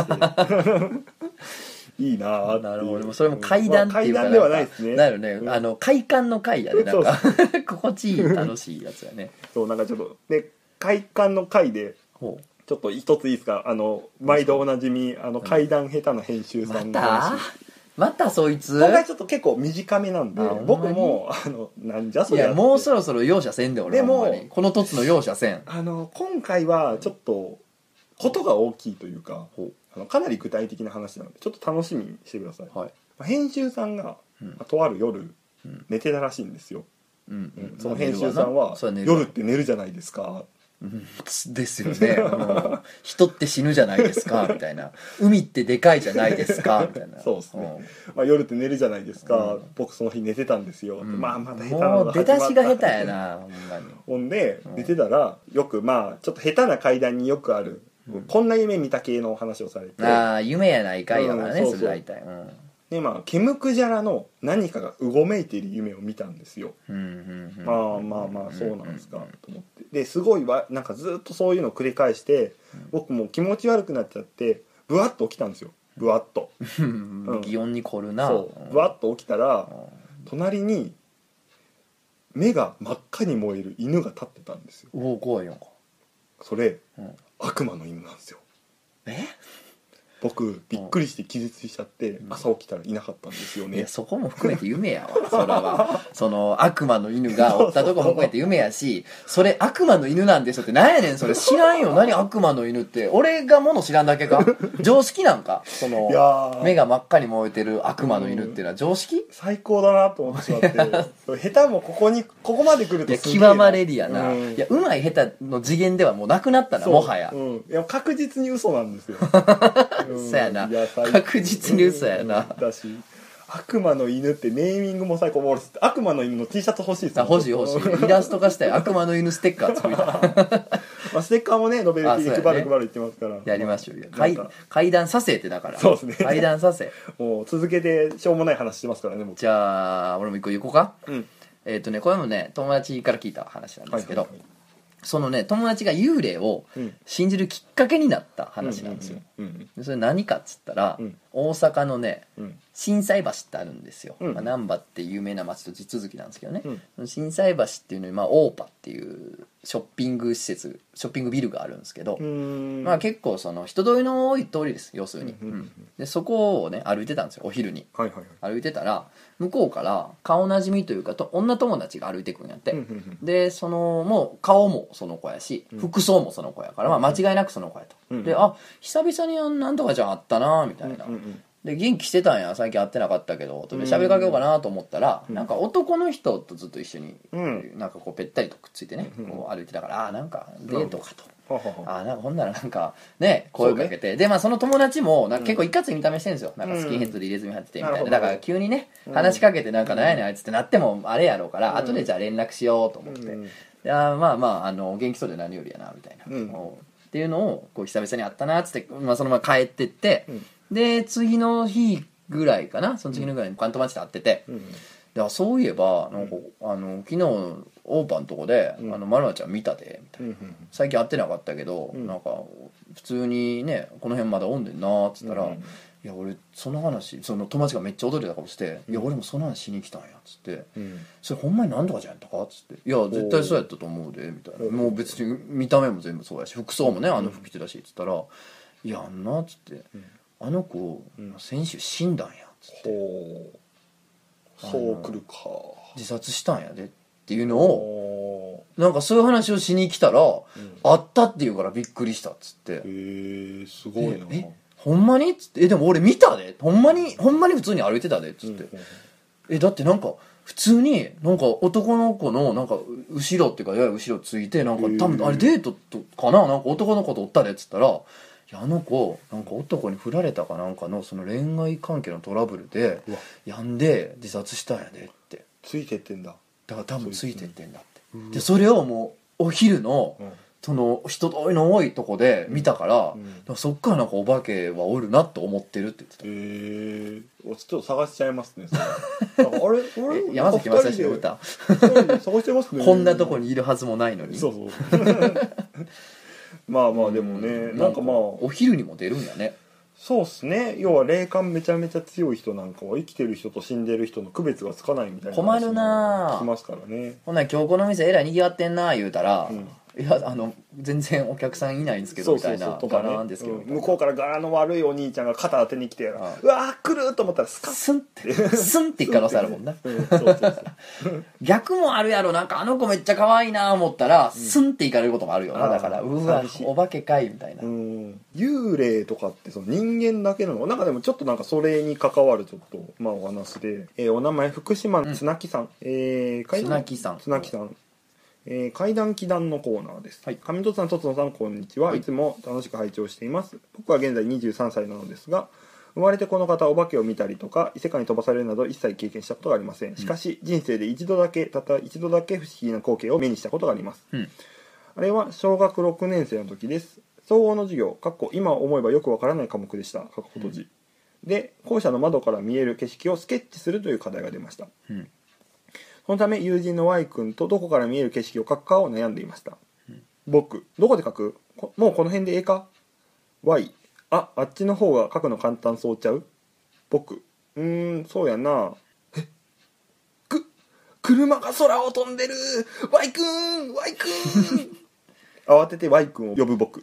Speaker 1: していいなーっていう
Speaker 2: なるほど。でもそれも階段っていうか、
Speaker 1: まあ階段ではないですね
Speaker 2: なるね、
Speaker 1: うん
Speaker 2: あの快感の階やね、なんか
Speaker 1: そ
Speaker 2: 心地いい楽しいやつやね。
Speaker 1: そうなんかちょっとで快感の回で
Speaker 2: ほう
Speaker 1: ちょっと一ついいですかあの毎度おなじみあの階段下手な編集さ
Speaker 2: ま
Speaker 1: んの
Speaker 2: た
Speaker 1: 話、
Speaker 2: またそいつ
Speaker 1: 今回ちょっと結構短めなんで
Speaker 2: あほんまに
Speaker 1: 僕もあのなんじゃそりゃって
Speaker 2: いやもうそろそろ容赦せんで俺
Speaker 1: でも
Speaker 2: ほんまにこの凸の容赦せん。
Speaker 1: あの今回はちょっとことが大きいというか
Speaker 2: ほう
Speaker 1: あのかなり具体的な話なのでちょっと楽しみにしてください、
Speaker 2: はい。
Speaker 1: 編集さんが、
Speaker 2: うん
Speaker 1: とある夜、
Speaker 2: うん
Speaker 1: 寝てたらしいんですよ、
Speaker 2: うん
Speaker 1: うんその編集さんは
Speaker 2: それ寝
Speaker 1: 「
Speaker 2: るわな
Speaker 1: 夜って寝るじゃないですか」
Speaker 2: うんですよね。もう人って死ぬじゃないですかみたいな。海ってでかいじゃないですかみたいな。
Speaker 1: そうですねまあ、夜って寝るじゃないですか、
Speaker 2: うん
Speaker 1: 僕その日寝てたんですよ、
Speaker 2: うん
Speaker 1: まあまだ下手なのが
Speaker 2: もう出だしが下手
Speaker 1: 始まった
Speaker 2: やなほんまに。
Speaker 1: ほんで
Speaker 2: うん
Speaker 1: 寝てたらよくまあちょっと下手な階段によくある、
Speaker 2: うん
Speaker 1: こんな夢見た系のお話をされて
Speaker 2: ああ夢やないかいだからね、
Speaker 1: うんそうそう
Speaker 2: それ大体。うん
Speaker 1: でまあ毛むくじゃらの何かがうごめいている夢を見たんですよ、
Speaker 2: うんうんうん
Speaker 1: まあまあまあそうなんですかと思ってですごいわなんかずっとそういうのを繰り返して僕もう気持ち悪くなっちゃってブワッと起きたんですよブワッと
Speaker 2: うん
Speaker 1: うん
Speaker 2: 擬音に凝るな。
Speaker 1: そうブワッと起きたら
Speaker 2: うん
Speaker 1: 隣に目が真っ赤に燃える犬が立ってたんですよ
Speaker 2: おお怖いやんか。
Speaker 1: それ
Speaker 2: うん
Speaker 1: 悪魔の犬なんですよ
Speaker 2: え
Speaker 1: 僕びっくりして気絶しちゃって、うん、朝起きたらいなかったんですよね。
Speaker 2: いやそこも含めて夢やわそれはその悪魔の犬がおったとこも含めて夢やし、それ悪魔の犬なんですよってなんやねんそれ知らんよ何悪魔の犬って。俺がもの知らんだけか常識なんかその目が真っ赤に燃えてる悪魔の犬っていうのは常識。
Speaker 1: 最高だなと思ってしまって下手もここにここまで来るとすげえ
Speaker 2: な。いや極まれりやな、うん、いやうまい下手の次元ではもうなくなったなもはや、
Speaker 1: うん、いや確実に嘘なんですよ
Speaker 2: そうやな、確実に嘘やな、
Speaker 1: だし悪魔の犬ってネーミングも最高。俺悪魔の犬の T シャツ欲しいです
Speaker 2: よ。欲しい欲しい。イラスト化したい悪魔の犬ステッカー作りたい
Speaker 1: まあステッカーもねノベルティで配る配る言ってますから、
Speaker 2: やりましょうよ。階段させってだから。
Speaker 1: そうですね
Speaker 2: 階段させ
Speaker 1: もう続けてしょうもない話してますからね。
Speaker 2: じゃあ俺も一個言おうか、
Speaker 1: うん、
Speaker 2: えっとねこれもね友達から聞いた話なんですけど、
Speaker 1: はいはいはい、
Speaker 2: そのね友達が幽霊を信じるきっかけになった話なんですよ。それ何かっつったら、うん、大阪のね、うん、心斎橋ってあるんですよ、うんまあ、難波って有名な町と地続きなんですけどね、うん、心斎橋っていうのに、まあ、オーパっていうショッピング施設ショッピングビルがあるんですけど、まあ、結構その人通りの多い通りです要するに、うんうん、でそこをね歩いてたんですよお昼に、はいはいはい、歩いてたら向こうから顔なじみというかと女友達が歩いてくるんやって、うんうんうん、でそのもう顔もその子やし服装もその子やから、まあ、間違いなくその子やと、うんうん、であ久々になんとかちゃんあったなみたいな、うんうんうんで元気してたんや最近会ってなかったけどとで喋りかけようかなと思ったら、うん、なんか男の人とずっと一緒に、うん、なんかこうぺったりとくっついてね、うん、こう歩いてたからああなんかデートかと、うん、ああなんかほんならなんかね声をかけて、ね、でまあその友達もなんか結構いかつい見た目してるんですよ、なんかスキンヘッドで入れ墨入っててみたいな、うん、だから急にね話しかけてなんかなんやねんあいつってなってもあれやろうから、うん、後でじゃあ連絡しようと思って、うん、であまあまああの元気そうで何よりやなみたいな、うん、っていうのをこう久々に会ったなっつって、まあ、そのまま帰ってって、うん、で次の日ぐらいかなその次のぐらいに友達と会ってて、うん、でそういえばなんか、うん、あの昨日オーパーのとこで「うん、あのまるまちゃん見たで」みたいな、うん、最近会ってなかったけど、うん、なんか普通にねこの辺まだおんでんなっつったら、うん、いや俺その話その友達がめっちゃ驚いてた顔して「いや俺もその話しに来たんや」っつって、うん、それほんまに何とかじゃんとかっつって「いや絶対そうやったと思うで」みたいな、もう別に見た目も全部そうやし服装もねあの服着てたしっつったら「いやあんな」っつって「あの子、うん、先週死んだんや」っつって
Speaker 1: ほうそうくるか
Speaker 2: 自殺したんやでっていうのをなんかそういう話をしに来たら、うん、あったって言うからびっくりしたっつってへ
Speaker 1: えすごいな
Speaker 2: えほんまにっつってえでも俺見たでほんまにほんまに普通に歩いてたでっつって、うん、えだってなんか普通になんか男の子のなんか後ろっていうかやや後ろついてなんか多分あれデートとかななんか男の子とおったでっつったらいやあの子なんか男に振られたかなんかのその恋愛関係のトラブルで病んで自殺したんやでって
Speaker 1: ついてってんだ
Speaker 2: だから多分ついてってんだって、うん、でそれをもうお昼の、うん、その人通りの多いとこで見たから、うん、からそっからなんかお化けはおるなと思ってるって言ってた。
Speaker 1: へえちょっと探しちゃいますねあれあれ
Speaker 2: 山崎まさしの歌
Speaker 1: 探してますね
Speaker 2: こんなとこにいるはずもないのに
Speaker 1: そうそうまあまあでもね、うん、なんかまあ
Speaker 2: お昼にも出るんやね。
Speaker 1: そうっすね。要は霊感めちゃめちゃ強い人なんかは生きてる人と死んでる人の区別がつかないみたいな
Speaker 2: 困るな
Speaker 1: 聞きますからね。
Speaker 2: ほんなら今日この店えらい賑わってんな言うたら、うんいやあの全然お客さんいないんですけどみたいなガラなんですけど、
Speaker 1: うん、向こうから柄の悪いお兄ちゃんが肩当てに来てうわー来ると思ったらスカッ
Speaker 2: スンってスンっていく可能性あるもんな、うん、そうそうそう逆もあるやろなんかあの子めっちゃ可愛いな思ったら、うん、スンっていかれることもあるよなだからうわお化けかいみたいな、うん、
Speaker 1: 幽霊とかってその人間だけなのなんかでもちょっとなんかそれに関わるちょっとまあお話で、えー、お名前福島の綱木さん、うんえー、
Speaker 2: 綱木さん
Speaker 1: 綱木さんえー、怪談祈談のコーナーです。はい、上戸さん、とつのさん、こんにちは、はい。いつも楽しく拝聴しています。僕は現在にじゅうさんさいなのですが、生まれてこの方、お化けを見たりとか、異世界に飛ばされるなど一切経験したことがありません。しかし、うん、人生で一度だけ、たった一度だけ不思議な光景を目にしたことがあります。うん、あれは小学ろくねん生の時です。総合の授業、かっこ今思えばよくわからない科目でした。かっこ閉じ。うん、で、校舎の窓から見える景色をスケッチするという課題が出ました。うんそのため友人の Y 君とどこから見える景色を描くかを悩んでいました、うん、僕どこで描くもうこの辺でええか Y ああっちの方が描くの簡単そうちゃう僕うーんそうやなえく車が空を飛んでる Y 君 Y 君慌てて Y 君を呼ぶ僕、うん、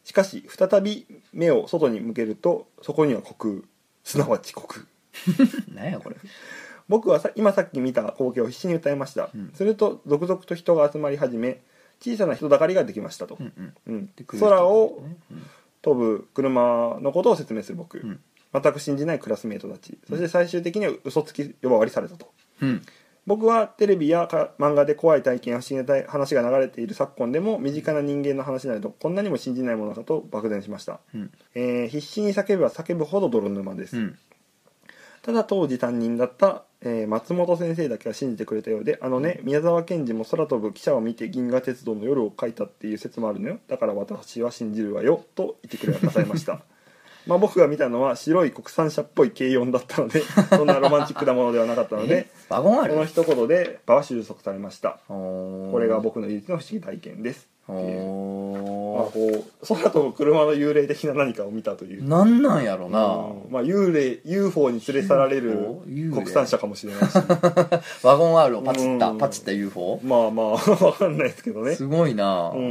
Speaker 1: しかし再び目を外に向けるとそこには虚空、すなわち虚空
Speaker 2: 何やこれ。
Speaker 1: 僕はさ今さっき見た光景を必死に歌いました、うん、すると続々と人が集まり始め小さな人だかりができましたと、うんうんうん、空を飛ぶ車のことを説明する僕、うん、全く信じないクラスメートたち、そして最終的には嘘つき呼ばわりされたと、うん、僕はテレビや漫画で怖い体験や不思議な話が流れている昨今でも身近な人間の話などこんなにも信じないものかと漠然しました、うんえー、必死に叫べば叫ぶほど泥沼です、うん、ただ当時担任だった、えー、松本先生だけは信じてくれたようで、あのね、宮沢賢治も空飛ぶ汽車を見て銀河鉄道の夜を書いたっていう説もあるのよ、だから私は信じるわよと言ってくれなさいましたまあ僕が見たのは白い国産車っぽい軽音だったのでそんなロマンチックなものではなかったので
Speaker 2: ワゴンある
Speaker 1: この一言で場は収束されました。これが僕の唯一の不思議体験ですっていう、まあ、こう空飛ぶ車の幽霊的な何かを見たという、
Speaker 2: なんなんやろな、
Speaker 1: うんまあ、幽霊 ユーフォー に連れ去られる国産車かもしれないし
Speaker 2: ワゴン R をパチった、うん、パチった ユーフォー？
Speaker 1: まあまあ分かんないですけどね、
Speaker 2: すごいな、
Speaker 1: うん、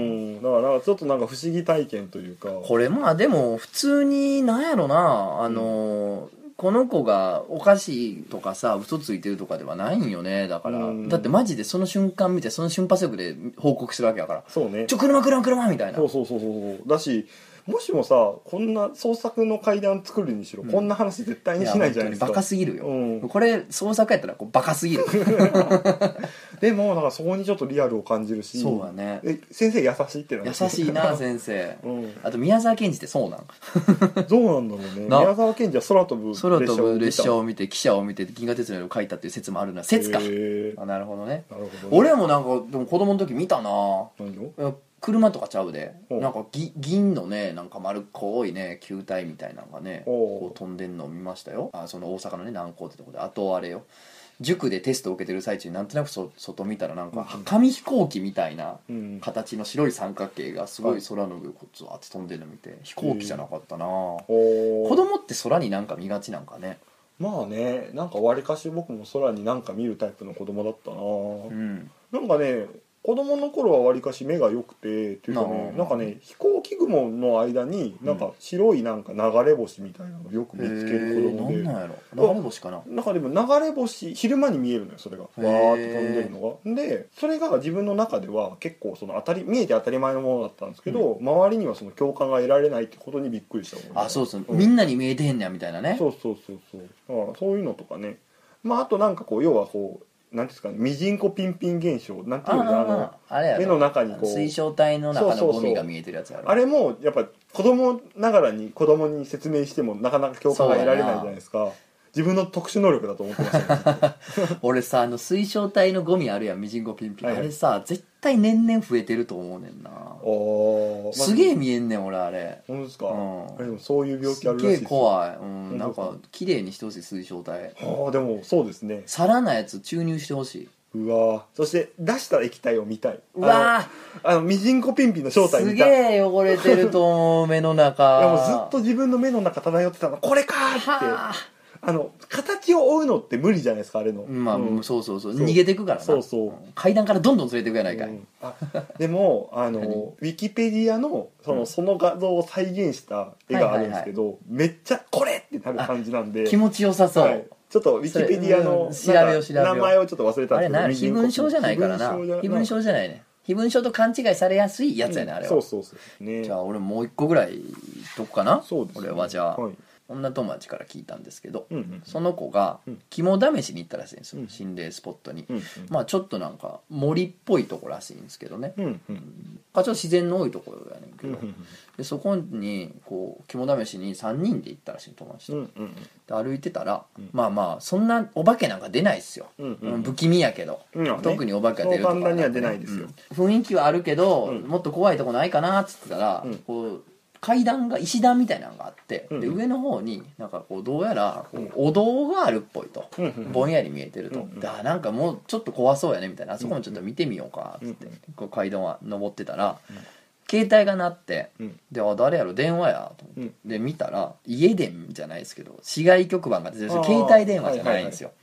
Speaker 1: だからちょっとなんか不思議体験というか、
Speaker 2: これまあでも普通になんやろな、あの、うんこの子がおかしいとかさ嘘ついてるとかではないんよね、だから、うん、だってマジでその瞬間見てその瞬発力で報告してるわけやから、
Speaker 1: そうね、
Speaker 2: ちょ車車車みたいな、
Speaker 1: そうそうそうそうだし、もしもさこんな創作の階段作るにしろ、うん、こんな話絶対にしないじゃないですか。
Speaker 2: バカすぎるよ、うん、これ創作やったらこうバカすぎる
Speaker 1: でもなんかそこにちょっとリアルを感じるし、
Speaker 2: そうだね、
Speaker 1: え先生優しいってな、
Speaker 2: 優しいな先生、うん、あと宮沢賢治ってそうなん
Speaker 1: どうなんだろうね。宮沢賢治は空飛ぶ
Speaker 2: 空飛ぶ列車を見て汽車を見て銀河鉄道を書いたっていう説もあるな、説か、あなるほどね、なるほどね。俺もなんかでも子供の時見たな、
Speaker 1: 何を
Speaker 2: 車とかちゃうで、なんかぎ銀のねなんか丸っこいね球体みたいなのがねこう飛んでんのを見ましたよ。あその大阪のね南港ってとこで、あとあれよ塾でテストを受けてる最中になんとなくそ外見たらなんか紙飛行機みたいな形の白い三角形がすごい空の上をこうずわって飛んでるの見て、飛行機じゃなかったな、子供って空になんか見がちなんかね。
Speaker 1: まあね、なんかわりかし僕も空になんか見るタイプの子供だったな、うん、なんかね子供の頃はわりかし目が良くてっていうかね、なんかね飛行機雲の間になんか白いなんか流れ星みたいなのをよく見つける子供で、
Speaker 2: なんなんやろ、流れ星かな、
Speaker 1: なんかでも流れ星昼間に見えるのよ、それがわーって飛んでるのが。でそれが自分の中では結構その当たり見えて当たり前のものだったんですけど、うん、周りにはその共感が得られないってことにびっくりしたもんね。
Speaker 2: あ、そうそう、うん、みんなに見えてへんねやみたいなね。
Speaker 1: そうそうそうそう、だからそういうのとかね、まああとなんかこう要はこうなんですかね、ミジンコピンピン現象なんていうの、あの
Speaker 2: あれ
Speaker 1: 目の中にこう
Speaker 2: 水晶体の中のゴミが見えてるやつやろ。
Speaker 1: あれもやっぱ子供ながらに子供に説明してもなかなか共感が得られないじゃないですか。自分の特殊能力だと思ってましたね
Speaker 2: 俺さ、あの水晶体のゴミあるやん、ミジンコピンピン、はいはい、あれさ絶対年々増えてると思うねんな。
Speaker 1: お
Speaker 2: すげえ見えんねん俺あれ。
Speaker 1: 本当ですか、うん、
Speaker 2: あれ
Speaker 1: でもそういう病気あるらしいです。
Speaker 2: すげえ怖い、うん、なんか綺麗にしてほしい水晶体。
Speaker 1: ああでもそうですね、
Speaker 2: さらなやつ注入してほしい。
Speaker 1: うわ、そして出した液体を見たい。
Speaker 2: うわ
Speaker 1: あのミジンコピンピンの正体見たい。
Speaker 2: すげえ汚れてると思う目の中
Speaker 1: いやもうずっと自分の目の中漂ってたのこれかーってあの形を追うのって無理じゃないですかあれの。
Speaker 2: まあ、うん、そうそうそう逃げてくからな。
Speaker 1: そうそう、
Speaker 2: 階段からどんどん連れてくやないかい、うん、
Speaker 1: あでもあのウィキペディアのその、うん、その画像を再現した絵があるんですけど、はいはいはい、めっちゃこれってなる感じなんで
Speaker 2: 気持ちよさそう、はい、
Speaker 1: ちょっとウィキペディアの
Speaker 2: 調べよう調べよう
Speaker 1: 名前をちょっと忘れたんですけど、あれ
Speaker 2: 何非文書じゃないからな。非文書じゃないね。非文書と勘違いされやすいやつやね、うん、あれは。
Speaker 1: そうそうそうね。
Speaker 2: じゃあ俺もう一個ぐらいとくかな。
Speaker 1: そうですね、
Speaker 2: 俺はじゃあ、はい、女友達から聞いたんですけど、うんうん、その子が肝試しに行ったらしいんですよ、うん、心霊スポットに、うんうん、まあちょっとなんか森っぽいとこらしいんですけどね、うんうん、ちょっと自然の多いところやねんけど、うんうん、でそこにこう肝試しにさんにんで行ったらしい友達と、うんうん、で歩いてたら、うん、まあまあそんなお化けなんか出ないっすよ、うんうん、不気味やけど、うん、特にお化けが出るとか、ね、
Speaker 1: そう簡単には出ないですよ、
Speaker 2: うん、雰囲気はあるけど、うん、もっと怖いとこないかなっつってたら、うん、こう階段が石段みたいなのがあって、うん、で上の方になんかこうどうやらこうお堂があるっぽいと、うん、ぼんやり見えてると、うん、であなんかもうちょっと怖そうやねみたいな、あそこもちょっと見てみようかっつって、うん、こう階段は登ってたら、うん、携帯が鳴って、うん、であ誰やろ電話やと思って、うん、で見たら家電じゃないですけど市外局番が出てる、携帯電話じゃないんですよ、はいはいはい、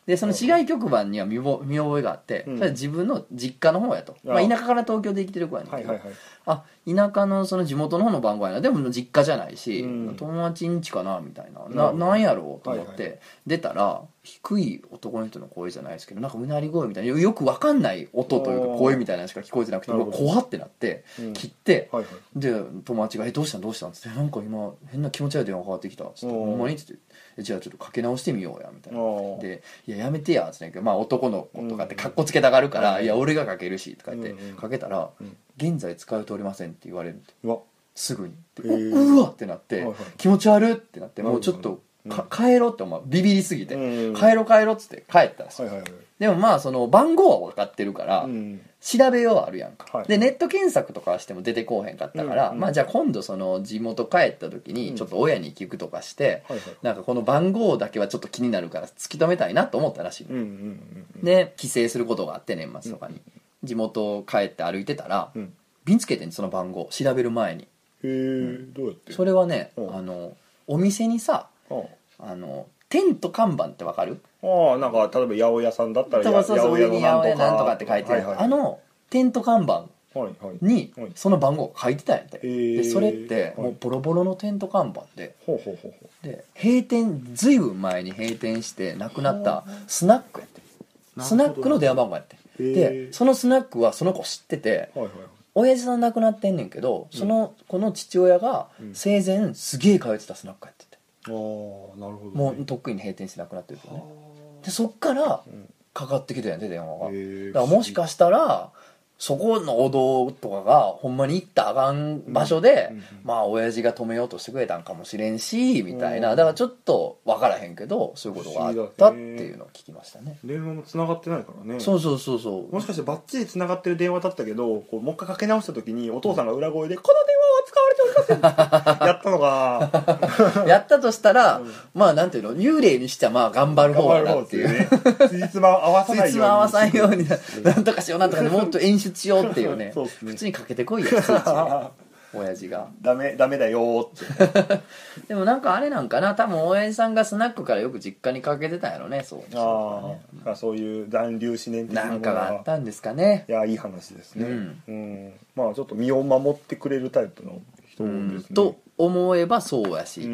Speaker 2: でその市外局番には見ぼ見覚えがあって、うん、それは自分の実家の方やと、まあ、田舎から東京で生きてる子やねんけど、はいはいはい、あ田舎のその地元の方の番号やな、でも実家じゃないし、うん、友達ん家かなみたいな、ななんやろうと思って、はいはい、出たら低い男の人の声じゃないですけど、なんかうなり声みたいなよく分かんない音というか声みたいなのしか聞こえてなくて、もう怖ってなって、うん、切って、はいはい、で友達が「えどうしたんどうしたん?」っつって「なんか今変な気持ち悪い電話かかってきた」っつって「ほんまに?」っつって「じゃあちょっとかけ直してみようや」みたいなで「いややめてや」っつってんけど、まあ男の子とかってかっこつけたがるから「いや俺がかけるし」とか言ってかけたら「現在使うておりません」って言われるって、うわすぐにでうわってなって、はいはい、気持ち悪ってなって、もうちょっとか帰ろうって思う、ビビりすぎて、うん、帰ろう帰ろうっつって帰ったんですよ、はいはいはい、でもまあその番号は分かってるから、うん、調べようはあるやんか、はいはい、でネット検索とかしても出てこうへんかったから、うんうん、まあじゃあ今度その地元帰った時にちょっと親に聞くとかして、うん、なんかこの番号だけはちょっと気になるから突き止めたいなと思ったらしい、うんうんうんうん、で帰省することがあって年末とかに、うん、地元帰って歩いてたら、うん、瓶つけてんその番号調べる前に。
Speaker 1: へえ、うん、どうやって？
Speaker 2: それはね、うん、あのお店にさ、うん、あのテント看板ってわかる？
Speaker 1: ああ、なんか例えば八百屋さんだったら八
Speaker 2: 百屋のなんとかって書いてある、はいはい、あのテント看板にその番号が書いてたんやって、はいはい、でそれってもうボロボロのテント看板で、はい、で閉店ずいぶん前に閉店してなくなったスナックやって、スナックの電話番号やって、でそのスナックはその子知ってて、はいはい、親父さん亡くなってんねんけど、その子の父親が生前すげえ通ってたスナックやってて、
Speaker 1: ああなるほど、ね、
Speaker 2: もうとっくに閉店してなくなってるけどね、でそっからかかってきたんやで電話が、だからもしかしたらそこのお堂とかがほんまに行ったらあかん場所で、うんうんうん、まあ親父が止めようとしてくれたんかもしれんしみたいな、だからちょっと分からへんけどそういうことがあったっていうのを聞きましたね。
Speaker 1: 電話も繋がってないからね。
Speaker 2: そうそうそうそう、
Speaker 1: もしかしてバッチリ繋がってる電話だったけど、こうもう一回かけ直した時にお父さんが裏声で、うん、この電話は使われておりませんってやったのが
Speaker 2: やったとしたら、うん、まあなんていうの、幽霊にしてはまあ頑張る方だなっていうね、
Speaker 1: つじつま合わさないように
Speaker 2: つじつま合わさんようになんとかしようなんとかでもっと演出しようっていうねそうですね、普通にかけてこいよ親父が
Speaker 1: ダメダメだよって
Speaker 2: でもなんかあれなんかな、多分親父さんがスナックからよく実家にかけてたんやろね、そう
Speaker 1: あ、ね、そういう残留思念的なもの
Speaker 2: なんかがあったんですかね。
Speaker 1: いやいい話ですね、うんうん、まあちょっと身を守ってくれるタイプの人ですね、
Speaker 2: うん、と思えばそうやし、うん、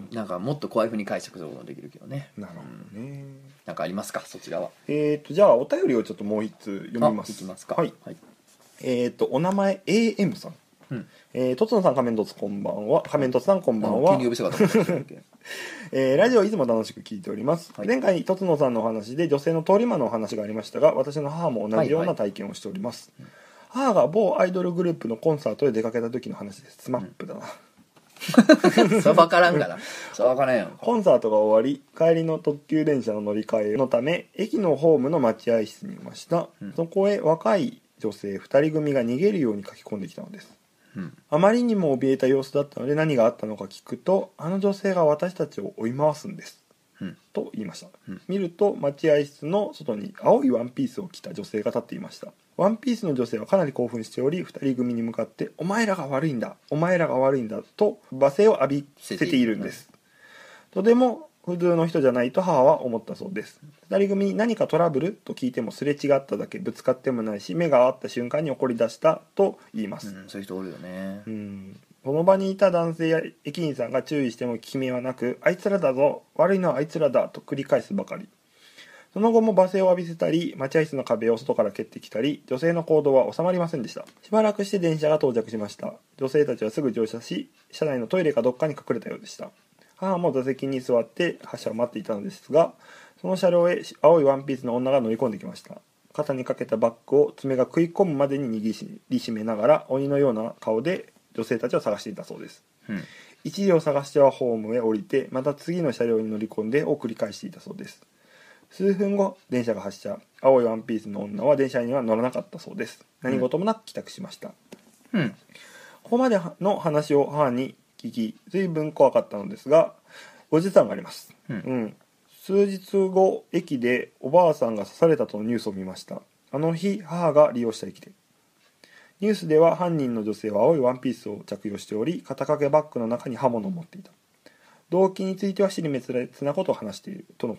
Speaker 2: なんかもっとこういう風に解釈することもできるけどね。
Speaker 1: なるほどね、うん、
Speaker 2: なんかありますかそちらは。
Speaker 1: えーとじゃあお便りをちょっともう一つ読みます。
Speaker 2: いきますか。
Speaker 1: はい、はい、えーとお名前 エーエム さん、うん、えー、とつのさん仮面凸こんばんは、仮面凸さんこんばんは、えー、ラジオいつも楽しく聞いております、はい、前回とつのさんのお話で女性の通り魔のお話がありましたが、私の母も同じような体験をしております、はいはい、母が某アイドルグループのコンサートで出かけた時の話です。スマップだな、
Speaker 2: うん、そう分からんからそう分からんやん。
Speaker 1: コンサートが終わり帰りの特急電車の乗り換えのため駅のホームの待合室にいました、うん、そこへ若い女性ふたり組が逃げるように書き込んできたのです、うん、あまりにも怯えた様子だったので何があったのか聞くと、あの女性が私たちを追い回すんです、うん、と言いました、うん、見ると待合室の外に青いワンピースを着た女性が立っていました。ワンピースの女性はかなり興奮しており、ふたり組に向かってお前らが悪いんだお前らが悪いんだと罵声を浴びせているんです、とても普通の人じゃないと母は思ったそうです。ふたり組に何かトラブルと聞いてもすれ違っただけ、ぶつかってもないし目が合った瞬間に怒り出したと言います、
Speaker 2: うん、そういう人おるよね、
Speaker 1: うん、この場にいた男性や駅員さんが注意しても効き目はなく、あいつらだぞ悪いのはあいつらだと繰り返すばかり。その後も罵声を浴びせたり待合室の壁を外から蹴ってきたり、女性の行動は収まりませんでした。しばらくして電車が到着しました。女性たちはすぐ乗車し、車内のトイレかどっかに隠れたようでした。母も座席に座って発車を待っていたのですが、その車両へ青いワンピースの女が乗り込んできました。肩にかけたバッグを爪が食い込むまでに握りしめながら鬼のような顔で女性たちを探していたそうです、うん、一時を探してはホームへ降りてまた次の車両に乗り込んでを繰り返していたそうです。数分後電車が発車、青いワンピースの女は電車には乗らなかったそうです。何事もなく帰宅しました、うん、ここまでの話を母に聞き随分怖かったのですが、後日談があります、うんうん、数日後駅でおばあさんが刺されたとのニュースを見ました。あの日母が利用した駅で、ニュースでは犯人の女性は青いワンピースを着用しており、肩掛けバッグの中に刃物を持っていた。動機については尻滅裂なことを話しているとのこと。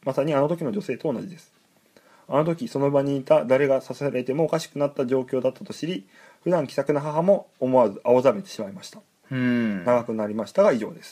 Speaker 1: まさにあの時の女性と同じです。あの時その場にいた誰が刺されてもおかしくなった状況だったと知り、普段気さくな母も思わず青ざめてしまいました。
Speaker 2: うん、
Speaker 1: 長くなりましたが以上です。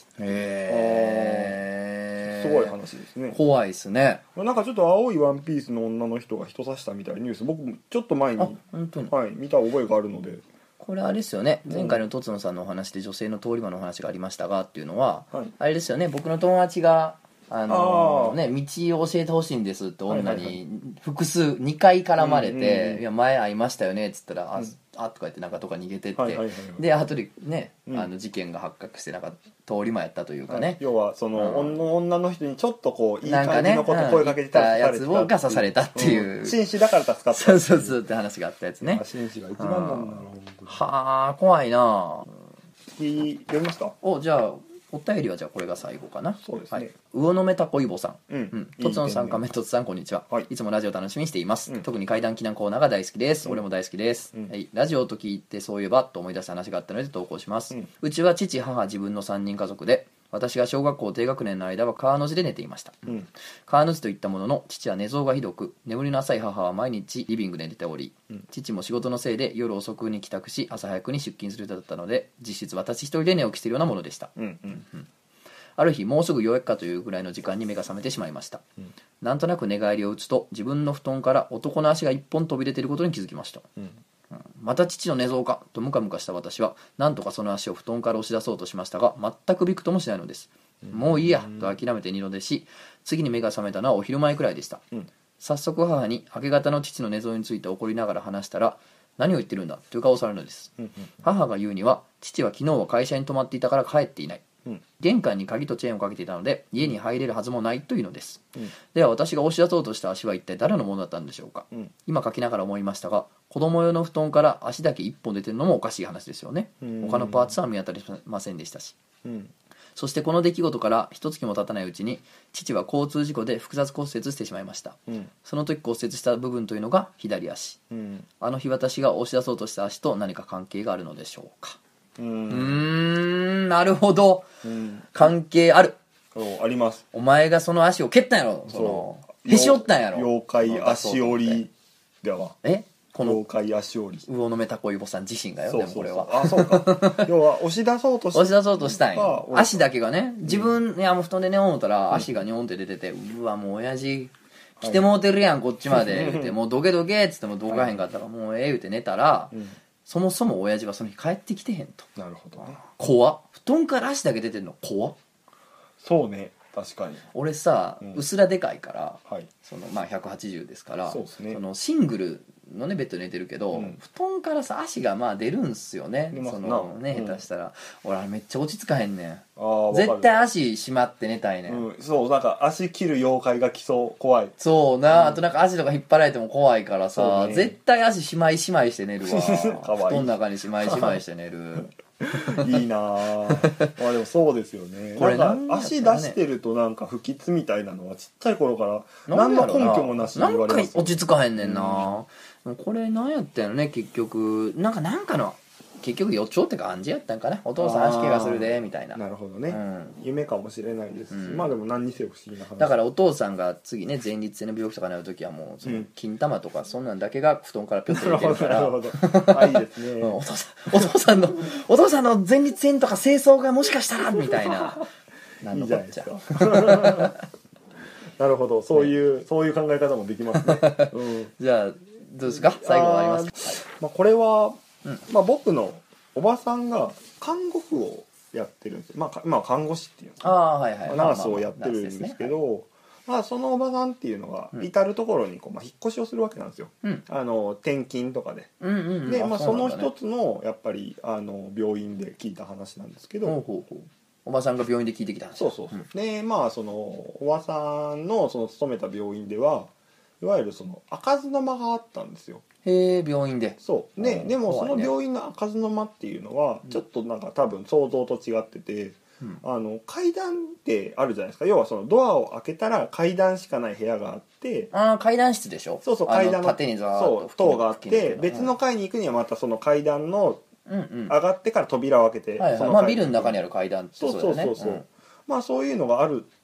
Speaker 2: へえ、
Speaker 1: すごい話ですね。
Speaker 2: 怖いですね。
Speaker 1: なんかちょっと青いワンピースの女の人が人刺したみたいなニュース、僕もちょっと前に、
Speaker 2: 本当に、
Speaker 1: はい、見た覚えがあるので。
Speaker 2: これあれですよね、前回のとつのさんのお話で女性の通り魔のお話がありましたがっていうのは、はい、あれですよね、僕の友達があのー、ね、道を教えてほしいんですって女に複数にかい絡まれて、いや前会いましたよねっつったら、あ、うん、あとか言ってなんかとか逃げてって、はいはいはいはい、で後でね、うん、あの事件が発覚してなんか通り魔やったというかね、はい、
Speaker 1: 要はその、うん、女の人にちょっとこういい感じのこと声かけてたら
Speaker 2: やつが刺されたっていう、
Speaker 1: うん、紳士だから助かった
Speaker 2: そうそうそうって話があったやつね。
Speaker 1: 紳士が一番なんだろう。
Speaker 2: はあ怖いな。
Speaker 1: 次読みますか。
Speaker 2: お、じゃあお便りはじゃあこれが最後かな。
Speaker 1: そうですね、はい、
Speaker 2: 魚の目たこいぼさん、うん
Speaker 1: うん、
Speaker 2: とつのさん、仮面とつさんこんにちは、はい、いつもラジオ楽しみにしています、うん、特に怪談祈談コーナーが大好きです、うん、俺も大好きです、うん、はい、ラジオと聞いてそういえばと思い出した話があったので投稿します、うん、うちは父母自分のさんにん家族で、私が小学校低学年の間は川の字で寝ていました、うん、川の字といったものの父は寝相がひどく、眠りの浅い母は毎日リビングで寝ており、うん、父も仕事のせいで夜遅くに帰宅し朝早くに出勤する人だったので、実質私一人で寝起きしているようなものでした、うんうんうん、ある日もうすぐようやくかというぐらいの時間に目が覚めてしまいました、うん、なんとなく寝返りを打つと自分の布団から男の足が一本飛び出ていることに気づきました、うんうん、また父の寝相かとムカムカした私はなんとかその足を布団から押し出そうとしましたが全くびくともしないのです、うん、もういいやと諦めて二度寝し、次に目が覚めたのはお昼前くらいでした、うん、早速母に明け方の父の寝相について怒りながら話したら、何を言ってるんだという顔をされるのです、うんうん、母が言うには父は昨日は会社に泊まっていたから帰っていない、うん、玄関に鍵とチェーンをかけていたので家に入れるはずもないというのです、うん、では私が押し出そうとした足は一体誰のものだったんでしょうか、うん、今書きながら思いましたが、子供用の布団から足だけ一本出てるのもおかしい話ですよね、うん、他のパーツは見当たりませんでしたし、うん、そしてこの出来事から一月も経たないうちに父は交通事故で複雑骨折してしまいました、うん、その時骨折した部分というのが左足、うん、あの日私が押し出そうとした足と何か関係があるのでしょうか。うーん、なるほど、うん、関係ある。
Speaker 1: あります。
Speaker 2: お前がその足を蹴ったんやろ、そのへし折ったんやろ、
Speaker 1: 妖怪足折りでは、
Speaker 2: えこの
Speaker 1: 妖怪足折り、
Speaker 2: 魚の目たこいぼさん自身がよ。
Speaker 1: そうそうそう、
Speaker 2: でもこれ
Speaker 1: はあ、そうか要は押し出そうとした
Speaker 2: 押し出そうとしたんや、足だけがね、自分、うん、いやもう布団で寝ようたら足がニョンって出てて、うん、うわもう親父来てもうてるやんこっちまで言ってもうどけどけっつってもどかへんかったから、もうええ言うて寝たら、うん、そもそも親父はその日帰ってきてへんと。
Speaker 1: なるほどね。
Speaker 2: 怖っ。布団から足だけ出てんの怖っ。
Speaker 1: そうね、確かに。
Speaker 2: 俺さ、うん、うすらでかいから、
Speaker 1: はい、
Speaker 2: そのまあひゃくはちじゅうですから、
Speaker 1: そうですね、
Speaker 2: そのシングルのねベッドで寝てるけど、うん、布団からさ足がまあ出るんすよね。そのね、うん、下手したら俺あれめっちゃ落ち着かへんねん。あ、絶対足しまって寝たいねん、
Speaker 1: うん、そう、なんか足切る妖怪が来そう、怖い。
Speaker 2: そうな、うん、あとなんか足とか引っ張られても怖いからさ、ね、絶対足しまいしまいして寝るわかわいい。布団の中にしまいしまいして寝る
Speaker 1: いいなぁまあでもそうですよね。これなんか足出してるとなんか不吉みたいなのはちっちゃい頃から何の根拠もなしに言われますよ。
Speaker 2: なんか落ち着かへんねんな、うん、これ何やったんやろね結局。なんかなんかの結局予兆って感じやったんかな。お父さん足怪我するでみたいな。
Speaker 1: なるほどね、うん、夢かもしれないですし、うん、まあでも何にせよ不思議な話
Speaker 2: だから。お父さんが次ね前立腺の病気とかになるときはもうその金玉とかそんなんだけが布団からピョッと出てるから、
Speaker 1: なるほど、あ、いいですね、
Speaker 2: うん、お父さんお父さんのお父さんの前立腺とか精巣がもしかしたらみたいな
Speaker 1: なんのこっちゃ。いいじゃないですかなるほど、そういう、ね、そういう考え方もできますね、
Speaker 2: うん、じゃあどうですか最後はありますか。
Speaker 1: はい、まあ、これは、うん、まあ、僕のおばさんが看護婦をやってるんですよ。まあ、まあ、看護師っていうの、
Speaker 2: あ、はいはい、
Speaker 1: ナースをやってるんですけど、まあ、そのおばさんっていうのが至る所にこう、まあ、引っ越しをするわけなんですよ、うん、あの転勤とかで、うんうんうん、で、まあ、その一つのやっぱりあの病院で聞いた話なんですけど、
Speaker 2: ほうほうほう、おばさんが病院で聞いてきた話。
Speaker 1: そうそうそう、うん、でまあそのおばさんのその勤めた病院ではいわゆるその開かずの間があったんですよ。
Speaker 2: へえ、病院で。
Speaker 1: そうで、でもその病院の開かずの間っていうのはちょっとなんか多分想像と違ってて、うん、あの階段ってあるじゃないですか。要はそのドアを開けたら階段しかない部屋があって、
Speaker 2: ああ階段室でしょ。
Speaker 1: そうそう、階段の
Speaker 2: 縦にザーッと
Speaker 1: そう塔があって、別の階に行くにはまたその階段の
Speaker 2: うんうん、
Speaker 1: 上がってから扉を開けて、
Speaker 2: はいはい、
Speaker 1: その
Speaker 2: まあビルの中にある階段ってそうだよね。
Speaker 1: そうそうそうそう、うん、まあそういうのがある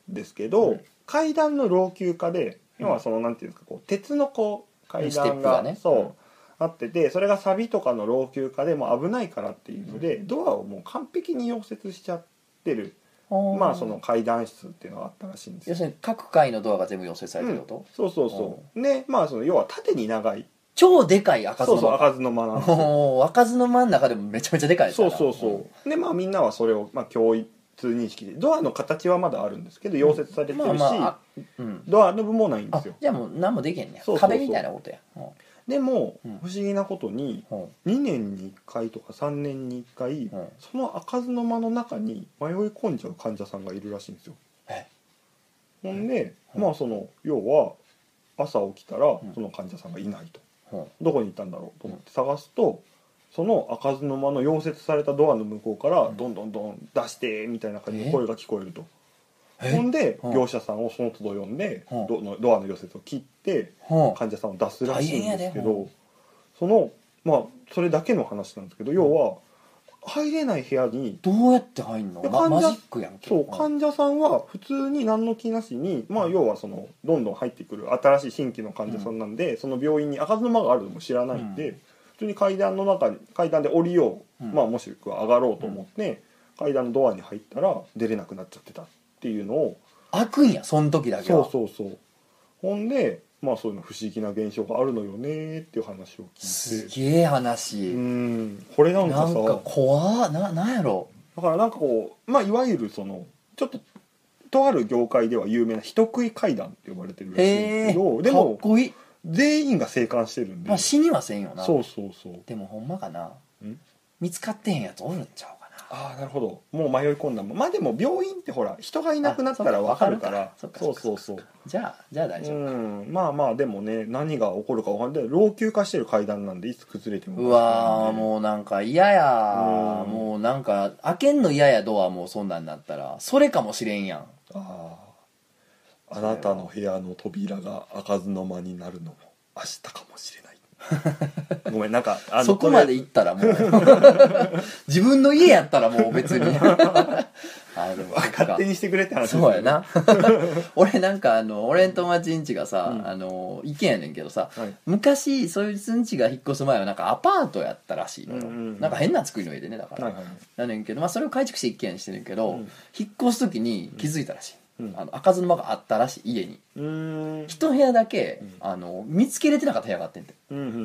Speaker 1: ですけど、
Speaker 2: うん、
Speaker 1: 階段の老朽化で、要はそのなんていうんですか、こう鉄のこう階段が、
Speaker 2: ね、
Speaker 1: そう、
Speaker 2: うん、
Speaker 1: あってて、それが錆とかの老朽化でもう危ないからっていうので、うん、ドアをもう完璧に溶接しちゃってる、まあその階段室っていうのがあったらしいんですよ。
Speaker 2: 要するに各階のドアが全部溶接されてること、
Speaker 1: うん、そうそうそうで、まあその要は縦に長い
Speaker 2: 超でかい開かずの間。
Speaker 1: そうそう、開かずの間なんですよ。
Speaker 2: 開かずの間の中でもめちゃめちゃでかいやつ
Speaker 1: そうそうそう、うん、でまあみんなはそれを、まあ、共通認識で、ドアの形はまだあるんですけど溶接されてるし、まあまあ、うん、ドアノブもないんですよ。
Speaker 2: じゃあもう何もできへんねん。
Speaker 1: そうそうそう、
Speaker 2: 壁みたいなことや。うん、
Speaker 1: でも、うん、不思議なことに、うん、にねんにいっかいとかさんねんにいっかい、うん、その開かずの間の中に迷い込んじゃう患者さんがいるらしいんですよ。えほんで、うん、まあその要は朝起きたら、その患者さんがいないと、うん、どこに行ったんだろうと思って探すと、その開かずの間の溶接されたドアの向こうからどんどんどん出してみたいな感じの声が聞こえると。ほんで業者さんをその都度呼んでドドアの溶接を切って患者さんを出すらしいんですけど、そのまあそれだけの話なんですけど、要は入れない部屋に
Speaker 2: どうやって入んの？ママジックやんけ。
Speaker 1: そう、患者さんは普通に何の気なしに、まあ要はそのどんどん入ってくる新しい新規の患者さんなんで、うん、その病院に開かずの間があるのも知らないんで、うん、普通に階段の中に階段で降りよう、うん、まあもしくは上がろうと思って、うん、階段のドアに入ったら出れなくなっちゃってたっていうのを。
Speaker 2: 開くんや、その時だけは。
Speaker 1: そうそうそう。ほんでまあそういうの不思議な現象があるのよねっていう話を聞いて、
Speaker 2: すげえ話。
Speaker 1: うん、これなんかさ、
Speaker 2: なんか怖な、なんやろ。
Speaker 1: だからなんかこう、まあいわゆるそのちょっととある業界では有名な人食い階段って呼ばれてるらしいんですけど、でも
Speaker 2: かっこいい。
Speaker 1: 全員が生還してるんで、
Speaker 2: まあ死にはせんよな。
Speaker 1: そうそうそう。
Speaker 2: でもほんまかな、見つかってへんやつおるんちゃうかな。
Speaker 1: ああ、なるほど。もう迷い込んだもん。まあでも病院ってほら人がいなくなったら分かるから、
Speaker 2: そうそうそう。じゃあじゃあ大丈夫。うん、
Speaker 1: まあまあでもね、何が起こるか分かんない。老朽化してる階段なんでいつ崩れても。
Speaker 2: うわー、もうなんか嫌や。もうなんか開けんの嫌や、ドアもうそんなんなったらそれかもしれんやん。
Speaker 1: ああ、あなたの部屋の扉が開かずの間になるのも明日かもしれない。ごめん、なんか
Speaker 2: あのそこまで行ったらもう自分の家やったらもう別に
Speaker 1: あでも勝手にしてくれって話です
Speaker 2: よね。そうやな俺なんかあの俺ん友達ん家がさ、うん、あの一軒やねんけどさ、はい、昔そいつん家が引っ越す前はなんかアパートやったらしいのよ、うんうんうん、なんか変な作りの家でね、だから、はいはいはい、なんねんけど、まあ、それを改築して一軒にしてるけど、うん、引っ越す時に気づいたらしい、うん、あの開かずの間があったらしい、家に。うーん、一部屋だけ、うん、あの見つけれてなかった部屋があってんて、うんうんうん、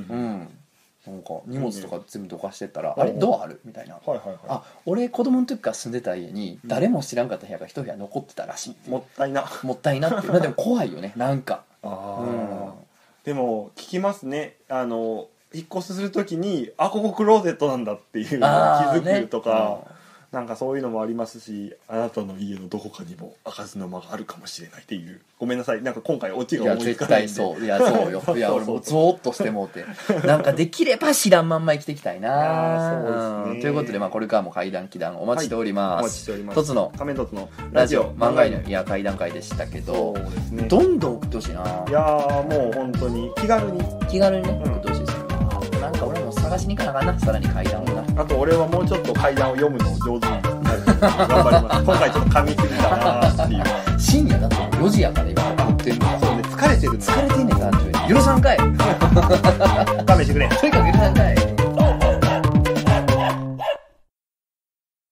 Speaker 2: なんか荷物とか全部どかしてったら、うん、あれドアあるみたいな、はいはいはい、あ、俺子供の時から住んでた家に誰も知らんかった部屋が一部屋残ってたらしい、
Speaker 1: もったいな
Speaker 2: もったいなってでも怖いよね、なんか。あ、
Speaker 1: うん、でも聞きますね、あの引っ越しする時にあ、ここクローゼットなんだっていうのを気づくとか、ね、なんかそういうのもありますし、あなたの家のどこかにも開かずの間があるかもしれないっていう。ごめんなさい、なんか今回オチが思いつかないんで。いや絶対そう、いやそうよいや俺もうゾーッとしてもうてなんかできれば知らんまんま生きていきたいな。そうですね、ということで、まあ、これからも怪談奇談お待ちしております、はい、お待ちしております。とつの仮面凸の
Speaker 2: ラジオ漫画犬、いや怪談会でしたけど、そうですね、どんどん送ってほしいな。
Speaker 1: いやもう本当に気軽に
Speaker 2: 気軽にね、うん、送ってほしいですよ。なんか俺も探しに行かなあかんな、さらに怪談をな。
Speaker 1: あと俺はもうちょっと怪談を読むのを上手になる頑張ります今回ちょっと噛みすぎたなっていう
Speaker 2: 深夜だってよじやから今送ってんの。
Speaker 1: そうね、疲れてるの。
Speaker 2: 疲れてんねんから許さんかい
Speaker 1: 勘弁してくれ